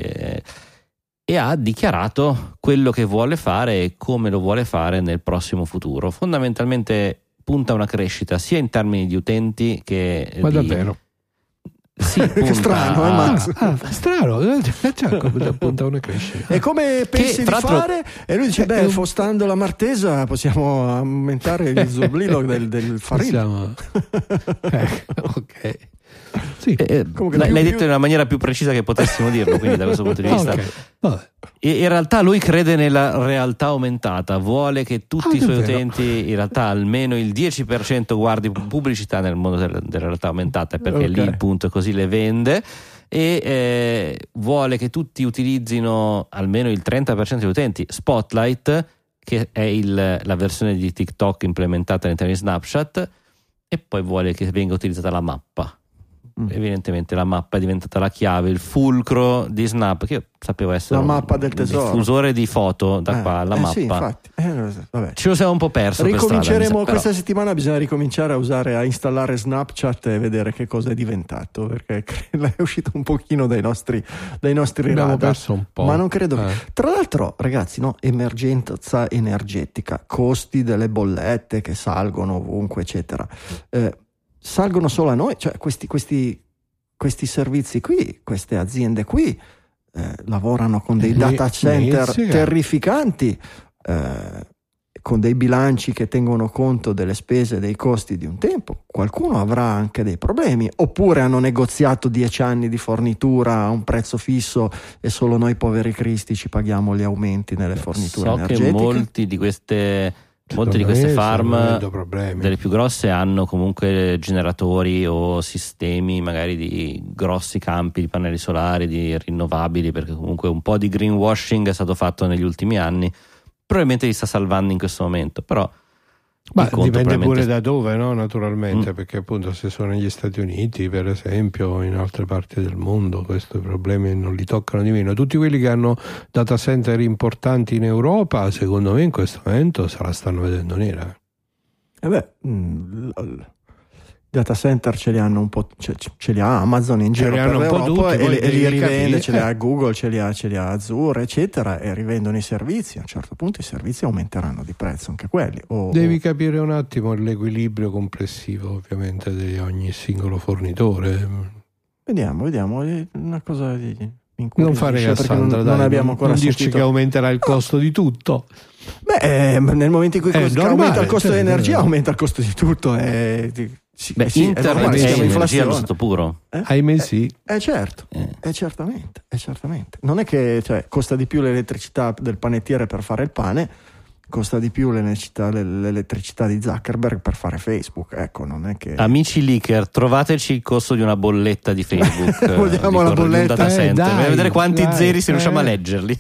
e ha dichiarato quello che vuole fare e come lo vuole fare nel prossimo futuro. Fondamentalmente punta a una crescita sia in termini di utenti che davvero? Sì, che strano, Max? Strano, punta a una crescita. E come pensi di fare? E lui dice: spostando la Martesa possiamo aumentare il zublino del farina. Ok. Sì. L'hai detto in una maniera più precisa che potessimo dirlo, quindi da questo punto di vista. E in realtà lui crede nella realtà aumentata, vuole che tutti i suoi utenti, in realtà almeno il 10% guardi pubblicità nel mondo della realtà aumentata, perché lì il punto è così le vende, e vuole che tutti utilizzino, almeno il 30% degli utenti, Spotlight, che è la versione di TikTok implementata all'interno di Snapchat, e poi vuole che venga utilizzata la mappa. Evidentemente la mappa è diventata la chiave, il fulcro di Snap, che io sapevo essere la mappa del tesoro, un diffusore di foto da qua alla mappa. Sì, infatti. Vabbè. Ce lo siamo un po' perso. Ricominceremo questa settimana, bisogna ricominciare a installare Snapchat e vedere che cosa è diventato, perché è uscito un pochino dai nostri abbiamo perso un po'. Ma non credo tra l'altro, ragazzi, no, emergenza energetica, costi delle bollette che salgono ovunque, eccetera. Salgono solo a noi, cioè questi servizi qui, queste aziende qui lavorano con dei data center terrificanti, con dei bilanci che tengono conto delle spese e dei costi di un tempo. Qualcuno avrà anche dei problemi, oppure hanno negoziato 10 anni di fornitura a un prezzo fisso e solo noi poveri cristi ci paghiamo gli aumenti nelle forniture energetiche. Che molte di queste farm, delle più grosse, hanno comunque generatori o sistemi magari di grossi campi di pannelli solari, di rinnovabili, perché comunque un po' di greenwashing è stato fatto negli ultimi anni, probabilmente li sta salvando in questo momento, però dipende pure da dove, no? Naturalmente, perché appunto se sono negli Stati Uniti, per esempio, o in altre parti del mondo, questi problemi non li toccano di meno. Tutti quelli che hanno data center importanti in Europa, secondo me in questo momento se la stanno vedendo nera. data center ce li hanno un po', ce li ha Amazon in giro per l'Europa e li rivende, ce li ha Google, ce li ha Azure, eccetera, e rivendono i servizi. A un certo punto i servizi aumenteranno di prezzo anche quelli. Devi capire un attimo l'equilibrio complessivo, ovviamente, di ogni singolo fornitore. Vediamo, una cosa di non fare Cassandra, non abbiamo ancora non dirci che aumenterà il costo di tutto. Beh, nel momento in cui aumenta il costo dell'energia, aumenta il costo di tutto. Internet è energia allo stato puro. Ahimè sì. Certo, certamente. Non è che costa di più l'elettricità del panettiere per fare il pane, costa di più l'elettricità di Zuckerberg per fare Facebook. Ecco, non è che... Amici leaker, trovateci il costo di una bolletta di Facebook. Vogliamo la bolletta? Data center. Dai, vedere quanti zeri se riusciamo a leggerli.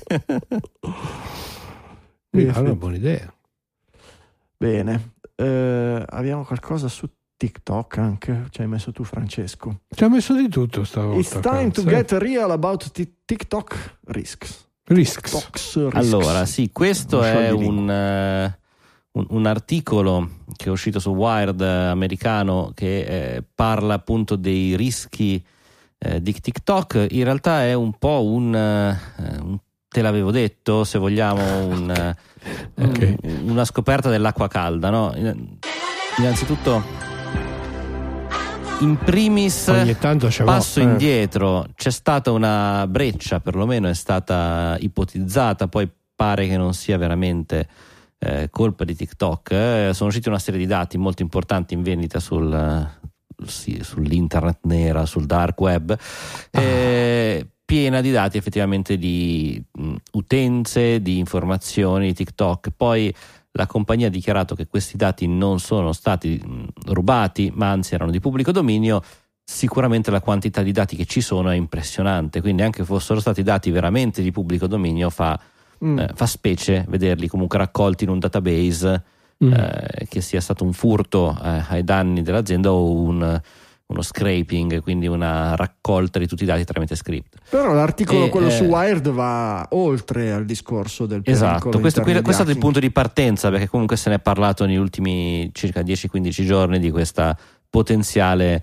È una buona idea. Bene, abbiamo qualcosa su TikTok anche, ci hai messo tu, Francesco. Ci ha messo di tutto stavolta. It's time to get real about TikTok risks. Allora, sì, questo è un articolo che è uscito su Wired americano che parla appunto dei rischi di TikTok. In realtà è un po' te l'avevo detto, se vogliamo, una scoperta dell'acqua calda, no? Innanzitutto, in primis, passo indietro, c'è stata una breccia, perlomeno è stata ipotizzata, poi pare che non sia veramente colpa di TikTok. Sono usciti una serie di dati molto importanti in vendita sull'internet nera, sul dark web, piena di dati effettivamente di utenze, di informazioni di TikTok. Poi la compagnia ha dichiarato che questi dati non sono stati rubati, ma anzi erano di pubblico dominio. Sicuramente la quantità di dati che ci sono è impressionante, quindi anche fossero stati dati veramente di pubblico dominio fa specie vederli comunque raccolti in un database, che sia stato un furto ai danni dell'azienda o uno scraping, quindi una raccolta di tutti i dati tramite script. Però l'articolo, quello su Wired, va oltre al discorso del pericolo. Esatto, questo è stato il punto di partenza, perché comunque se ne è parlato negli ultimi circa 10-15 giorni di questa potenziale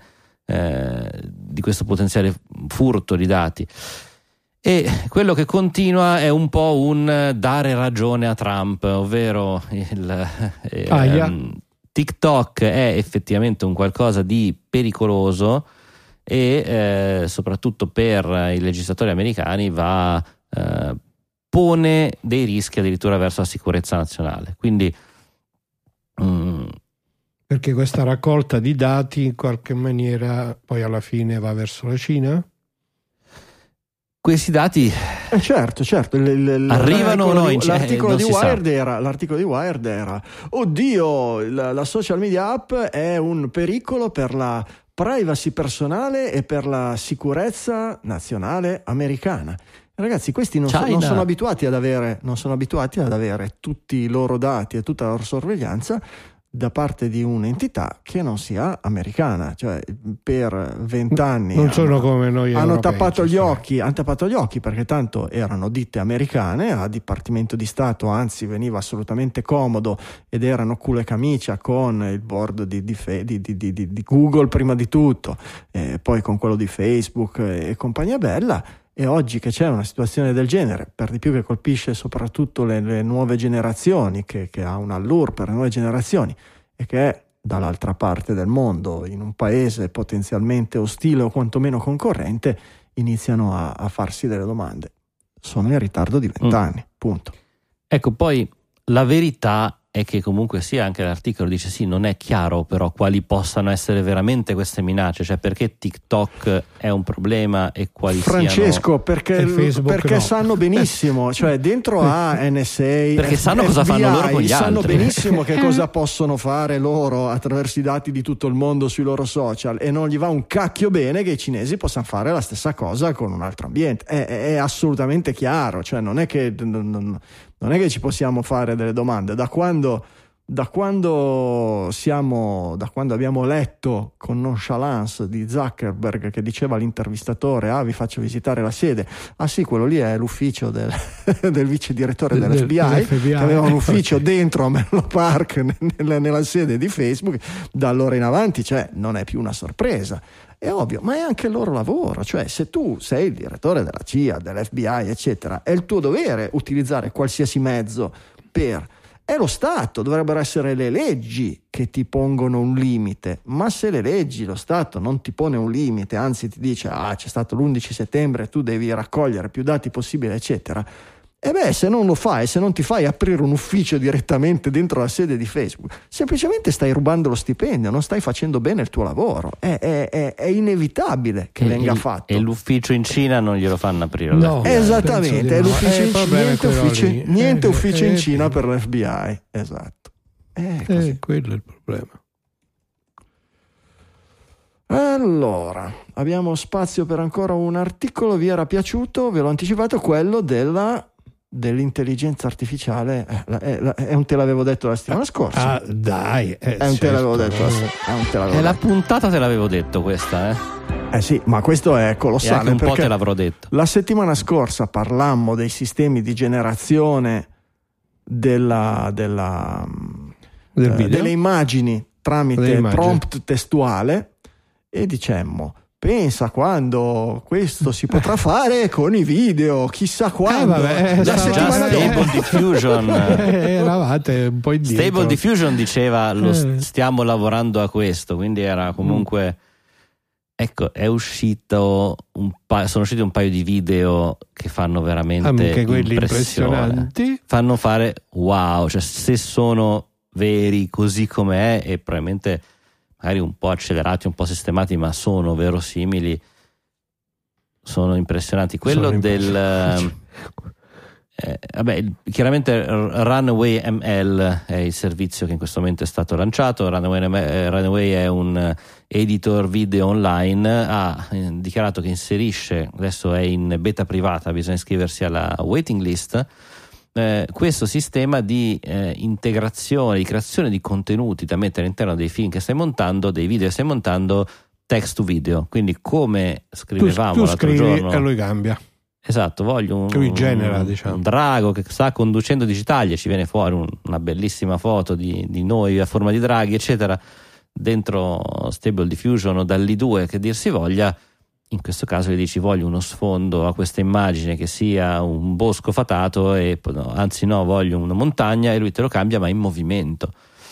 furto di dati. E quello che continua è un po' un dare ragione a Trump, ovvero TikTok è effettivamente un qualcosa di pericoloso e soprattutto per i legislatori americani pone dei rischi addirittura verso la sicurezza nazionale. Quindi perché questa raccolta di dati in qualche maniera poi alla fine va verso la Cina? Questi dati certo arrivano l'articolo di Wired era oddio, la social media app è un pericolo per la privacy personale e per la sicurezza nazionale americana. Ragazzi, questi non sono abituati ad avere tutti i loro dati e tutta la loro sorveglianza da parte di un'entità che non sia americana. Cioè, per 20 anni non sono come noi hanno tappato gli occhi perché tanto erano ditte americane, a Dipartimento di Stato anzi veniva assolutamente comodo, ed erano culo e camicia con il board di Google prima di tutto, poi con quello di Facebook e compagnia bella. E oggi che c'è una situazione del genere, per di più che colpisce soprattutto le nuove generazioni, che ha un allure per le nuove generazioni e che è dall'altra parte del mondo, in un paese potenzialmente ostile o quantomeno concorrente, iniziano a farsi delle domande. Sono in ritardo di 20 anni, punto. Ecco, poi la verità è che comunque sia, anche l'articolo dice sì, non è chiaro però quali possano essere veramente queste minacce, cioè perché TikTok è un problema e quali Francesco, perché no. Sanno benissimo, cioè dentro a NSA, perché sanno cosa fanno loro con gli sanno altri. benissimo che cosa possono fare loro attraverso i dati di tutto il mondo sui loro social, e non gli va un cacchio bene che i cinesi possano fare la stessa cosa con un altro ambiente. È assolutamente chiaro, cioè non è che ci possiamo fare delle domande. Da quando da quando abbiamo letto con nonchalance di Zuckerberg che diceva all'intervistatore: vi faccio visitare la sede, sì, quello lì è l'ufficio del vice direttore dell'FBI, che aveva un ufficio dentro a Menlo Park nella sede di Facebook. Da allora in avanti, cioè, non è più una sorpresa, è ovvio, ma è anche il loro lavoro. Cioè, se tu sei il direttore della CIA, dell'FBI, eccetera, è il tuo dovere utilizzare qualsiasi mezzo è lo Stato, dovrebbero essere le leggi che ti pongono un limite, ma se le leggi, lo Stato non ti pone un limite, anzi ti dice c'è stato l'11 settembre, tu devi raccogliere più dati possibile, eccetera, se non lo fai, se non ti fai aprire un ufficio direttamente dentro la sede di Facebook, semplicemente stai rubando lo stipendio, non stai facendo bene il tuo lavoro. È inevitabile che venga fatto. E l'ufficio in Cina non glielo fanno aprire? No, esattamente, è l'ufficio niente ufficio in Cina per l'FBI. Esatto. Quello è il problema. Allora, abbiamo spazio per ancora un articolo. Vi era piaciuto, ve l'ho anticipato, quello dell'intelligenza artificiale, te l'avevo detto la settimana scorsa. Dai, te l'avevo detto. È la puntata te l'avevo detto questa, sì, ma questo è colossale. E anche un po' te l'avrò detto. La settimana scorsa parlammo dei sistemi di generazione delle immagini tramite prompt testuale e dicemmo: pensa quando questo si potrà fare con i video, chissà quando. La settimana dopo Stable Diffusion eravate un po' indietro. Stable Diffusion diceva stiamo lavorando a questo, quindi era comunque ecco, è uscito sono usciti un paio di video che fanno veramente anche quelli impressionanti, fanno fare wow, cioè se sono veri così come è, e probabilmente magari un po' accelerati, un po' sistemati, ma sono verosimili, sono impressionanti. Quello chiaramente Runway ML è il servizio che in questo momento è stato lanciato. Runway è un editor video online, ha dichiarato che inserisce, adesso è in beta privata, bisogna iscriversi alla waiting list, questo sistema di integrazione, di creazione di contenuti da mettere all'interno dei film che stai montando, dei video che stai montando, text to video. Quindi come scrivevamo tu l'altro giorno, e lui cambia. Esatto, voglio un drago che sta conducendo Digitalia e ci viene fuori una bellissima foto di noi a forma di draghi, eccetera, dentro Stable Diffusion o dall'I2 che dir si voglia. In questo caso gli dici: voglio uno sfondo a questa immagine che sia un bosco fatato, voglio una montagna, e lui te lo cambia ma in movimento.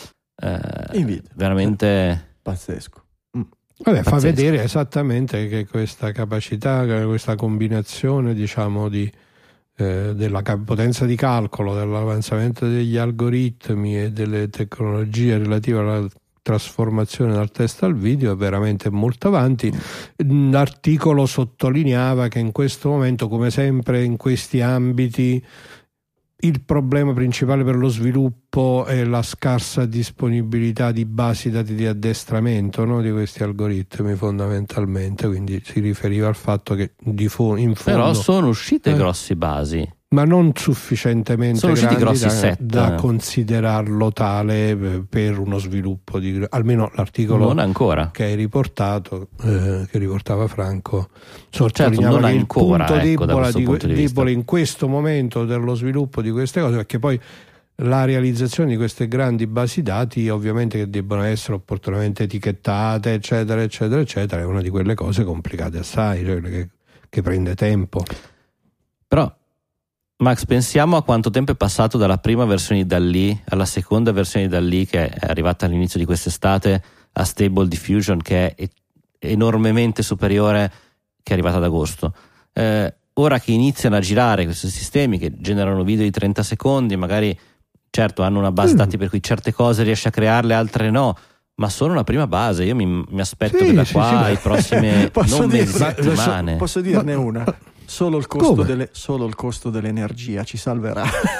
In video. Veramente pazzesco. Fa vedere esattamente che questa capacità, questa combinazione, diciamo, della potenza di calcolo, dell'avanzamento degli algoritmi e delle tecnologie relative alla trasformazione dal testo al video è veramente molto avanti. L'articolo sottolineava che in questo momento, come sempre in questi ambiti, il problema principale per lo sviluppo è la scarsa disponibilità di basi dati di addestramento, no, di questi algoritmi, fondamentalmente. Quindi si riferiva al fatto che in fondo però sono uscite grossi basi, ma non sufficientemente grandi da considerarlo tale per uno sviluppo almeno l'articolo non ancora che hai riportato, che riportava Franco, sottolineava che il punto debole in questo momento dello sviluppo di queste cose, perché poi la realizzazione di queste grandi basi dati, ovviamente, che debbono essere opportunamente etichettate, eccetera eccetera eccetera, è una di quelle cose complicate assai, cioè che prende tempo. Però Max, pensiamo a quanto tempo è passato dalla prima versione di DALL-E alla seconda versione di DALL-E, che è arrivata all'inizio di quest'estate, a Stable Diffusion, che è enormemente superiore, che è arrivata ad agosto. Ora che iniziano a girare questi sistemi che generano video di 30 secondi, magari certo hanno una base dati per cui certe cose riesce a crearle, altre no, ma sono una prima base. Io mi aspetto che da qua ai prossimi settimane posso dirne una. Solo il costo dell'energia ci salverà.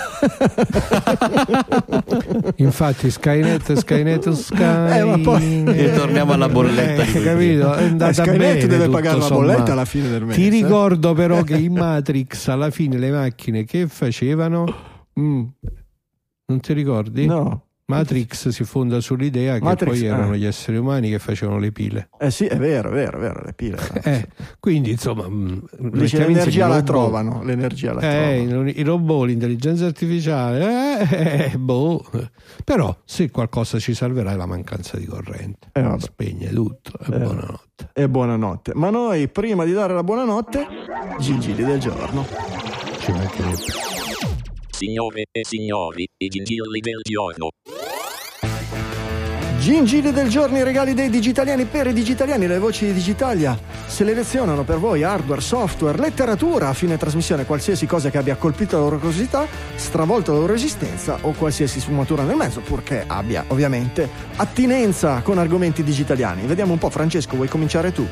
Infatti Skynet ma poi torniamo alla bolletta di capito? È andata Skynet bene, deve pagare la bolletta alla fine del mese. Ti ricordo però che in Matrix alla fine le macchine che facevano non ti ricordi? No. Matrix si fonda sull'idea che poi erano gli esseri umani che facevano le pile. Sì, è vero, le pile. Quindi insomma l'energia la trovano, i robot, l'intelligenza artificiale, però se qualcosa ci salverà è la mancanza di corrente. Spegne tutto e buonanotte. Ma noi prima di dare la buonanotte, gingilli del giorno. Ci mancherebbe. Signore e signori, i gingilli del giorno. Gingilli del giorno, i regali dei digitaliani per i digitaliani. Le voci di Digitalia selezionano per voi hardware, software, letteratura a fine trasmissione, qualsiasi cosa che abbia colpito la loro curiosità, stravolto la loro esistenza o qualsiasi sfumatura nel mezzo, purché abbia ovviamente attinenza con argomenti digitaliani. Vediamo un po', Francesco, vuoi cominciare tu?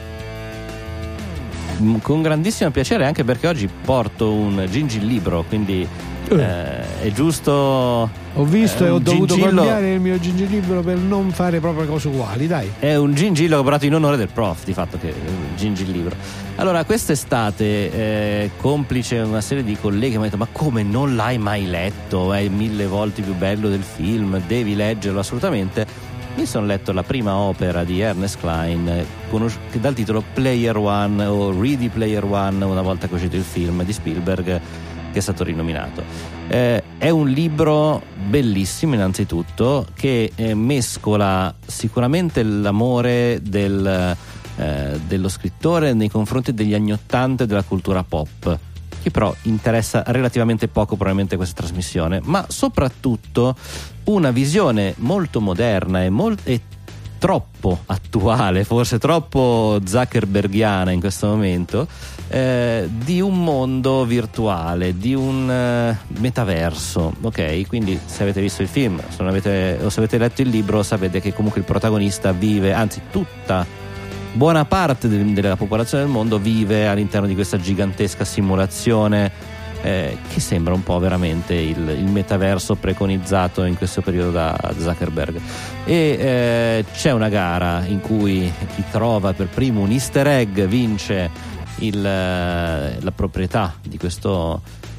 Con grandissimo piacere, anche perché oggi porto un gingillibro, quindi è giusto. Ho visto e ho dovuto cambiare il mio gingillibro per non fare proprio cose uguali, dai. È un gingillo portato in onore del prof, di fatto, che è un gingillibro. Allora, quest'estate, complice una serie di colleghi mi hanno detto: ma come, non l'hai mai letto? È 1000 volte più bello del film, devi leggerlo assolutamente. Mi sono letto la prima opera di Ernest Cline dal titolo Player One o Ready Player One, una volta che è uscito il film di Spielberg, che è stato rinominato. È un libro bellissimo, innanzitutto, che mescola sicuramente l'amore dello scrittore nei confronti degli anni '80 e della cultura pop, che però interessa relativamente poco probabilmente questa trasmissione, ma soprattutto una visione molto moderna e troppo attuale, forse troppo zuckerbergiana in questo momento, di un mondo virtuale, di un metaverso, ok? Quindi se avete visto il film o se avete letto il libro, sapete che comunque il protagonista vive, anzi buona parte della popolazione del mondo vive all'interno di questa gigantesca simulazione, che sembra un po' veramente il metaverso preconizzato in questo periodo da Zuckerberg. E c'è una gara in cui chi trova per primo un easter egg vince la proprietà di questo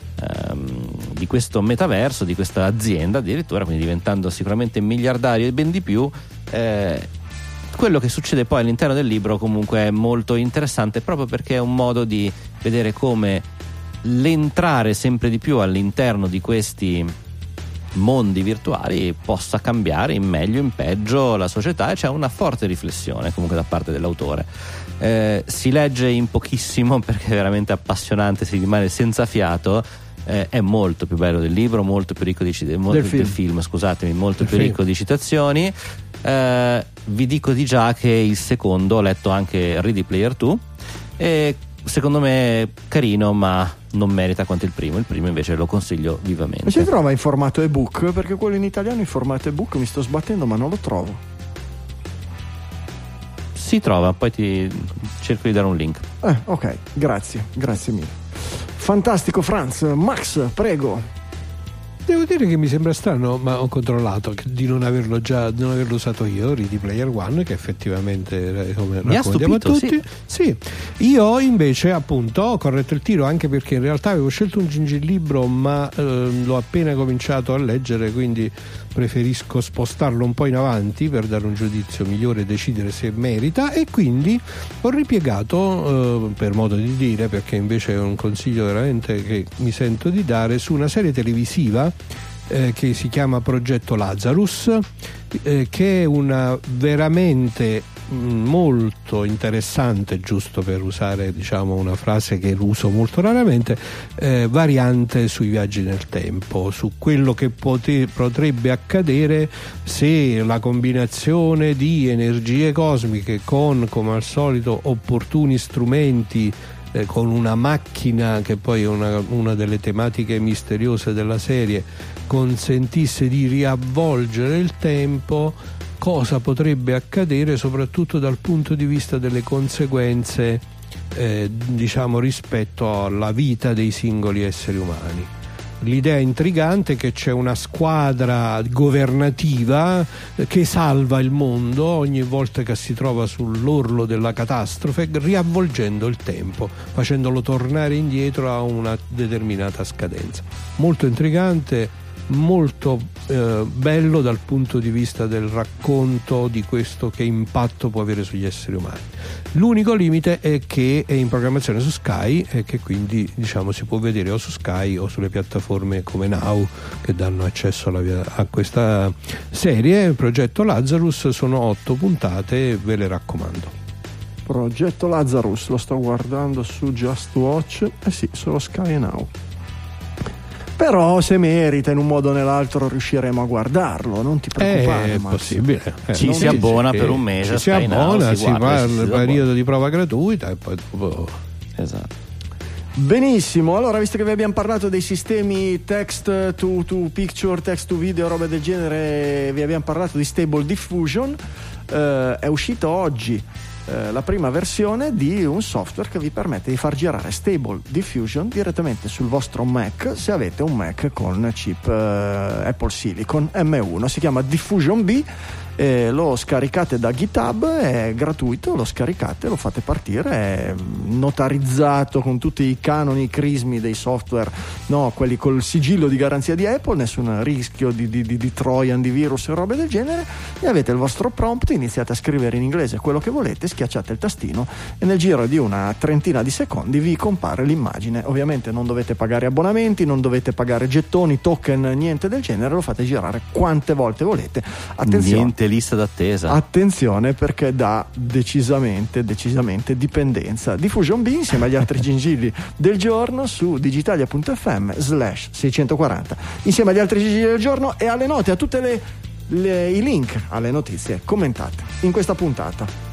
metaverso, di questa azienda addirittura, quindi diventando sicuramente miliardario e ben di più. Quello che succede poi all'interno del libro comunque è molto interessante, proprio perché è un modo di vedere come l'entrare sempre di più all'interno di questi mondi virtuali possa cambiare in meglio o in peggio la società, e c'è una forte riflessione comunque da parte dell'autore. Si legge in pochissimo perché è veramente appassionante, si rimane senza fiato. È molto più bello del libro, molto più ricco del film, scusatemi, molto più ricco di citazioni. Vi dico di già che il secondo, ho letto anche Ready Player 2, e secondo me è carino, ma non merita quanto il primo invece lo consiglio vivamente. Ma si trova in formato ebook? Perché quello in italiano in formato ebook mi sto sbattendo, ma non lo trovo. Si trova, poi ti cerco di dare un link. Ok, grazie mille. Fantastico, Franz. Max, prego. Devo dire che mi sembra strano, ma ho controllato, di non averlo usato io, Ready Player One, che effettivamente, come raccontiamo a tutti. Sì. Io invece appunto ho corretto il tiro, anche perché in realtà avevo scelto un gingillibro, ma l'ho appena cominciato a leggere, quindi preferisco spostarlo un po' in avanti per dare un giudizio migliore e decidere se merita, e quindi ho ripiegato, per modo di dire, perché invece è un consiglio veramente che mi sento di dare, su una serie televisiva che si chiama Progetto Lazarus, che è una veramente molto interessante, giusto per usare una frase che uso molto raramente, variante sui viaggi nel tempo, su quello che potrebbe accadere se la combinazione di energie cosmiche con, come al solito, opportuni strumenti, con una macchina che poi è una delle tematiche misteriose della serie, consentisse di riavvolgere il tempo, cosa potrebbe accadere soprattutto dal punto di vista delle conseguenze rispetto alla vita dei singoli esseri umani. L'idea intrigante è che c'è una squadra governativa che salva il mondo ogni volta che si trova sull'orlo della catastrofe, riavvolgendo il tempo, facendolo tornare indietro a una determinata scadenza. Molto intrigante, molto bello dal punto di vista del racconto di questo che impatto può avere sugli esseri umani. L'unico limite è che è in programmazione su Sky e che quindi diciamo si può vedere o su Sky o sulle piattaforme come Now che danno accesso a questa serie. Progetto Lazarus, sono 8 puntate, ve le raccomando. Progetto Lazarus, lo sto guardando su Just Watch, sì, solo Sky e Now. Però se merita, in un modo o nell'altro riusciremo a guardarlo, non ti preoccupare. È possibile. Ci si abbona per un mese, si abbona, si guarda il periodo di prova gratuita e poi dopo. Esatto. Benissimo, allora visto che vi abbiamo parlato dei sistemi text to picture, text to video, robe del genere, vi abbiamo parlato di Stable Diffusion, è uscito oggi la prima versione di un software che vi permette di far girare Stable Diffusion direttamente sul vostro Mac, se avete un Mac con chip Apple Silicon M1. Si chiama Diffusion B, lo scaricate da GitHub, è gratuito, lo scaricate, lo fate partire, è notarizzato con tutti i canoni, i crismi dei software, no, quelli col sigillo di garanzia di Apple, nessun rischio di Trojan, di virus e robe del genere, e avete il vostro prompt, iniziate a scrivere in inglese quello che volete, schiacciate il tastino e nel giro di una trentina di secondi vi compare l'immagine. Ovviamente non dovete pagare abbonamenti, non dovete pagare gettoni, token, niente del genere, lo fate girare quante volte volete. Attenzione, niente lista d'attesa. Attenzione, perché dà decisamente dipendenza. Diffusion B insieme agli altri gingilli del giorno su digitalia.fm/640, insieme agli altri gingilli del giorno e alle note, a tutte i link alle notizie commentate in questa puntata.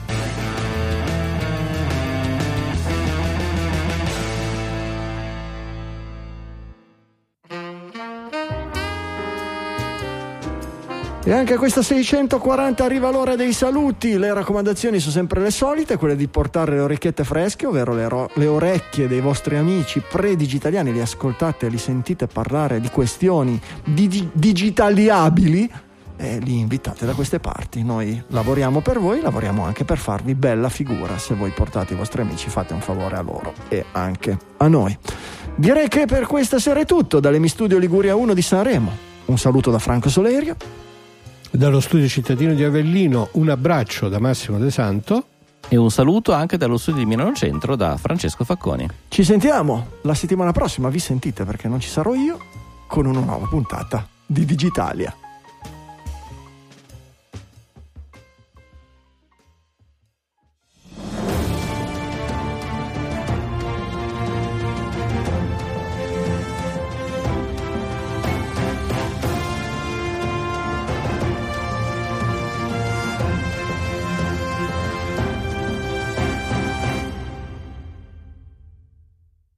E anche a questa 640 arriva l'ora dei saluti. Le raccomandazioni sono sempre le solite, quelle di portare le orecchiette fresche, ovvero le orecchie dei vostri amici pre-digitaliani, li ascoltate, li sentite parlare di questioni digitaliabili e li invitate da queste parti. Noi lavoriamo per voi, lavoriamo anche per farvi bella figura. Se voi portate i vostri amici, fate un favore a loro e anche a noi. Direi che per questa sera è tutto. dall'Emi Studio Liguria 1 di Sanremo un saluto da Franco Solerio. Dallo studio cittadino di Avellino un abbraccio da Massimo De Santo e un saluto anche dallo studio di Milano Centro da Francesco Facconi. Ci sentiamo la settimana prossima, vi sentite perché non ci sarò io, con una nuova puntata di Digitalia.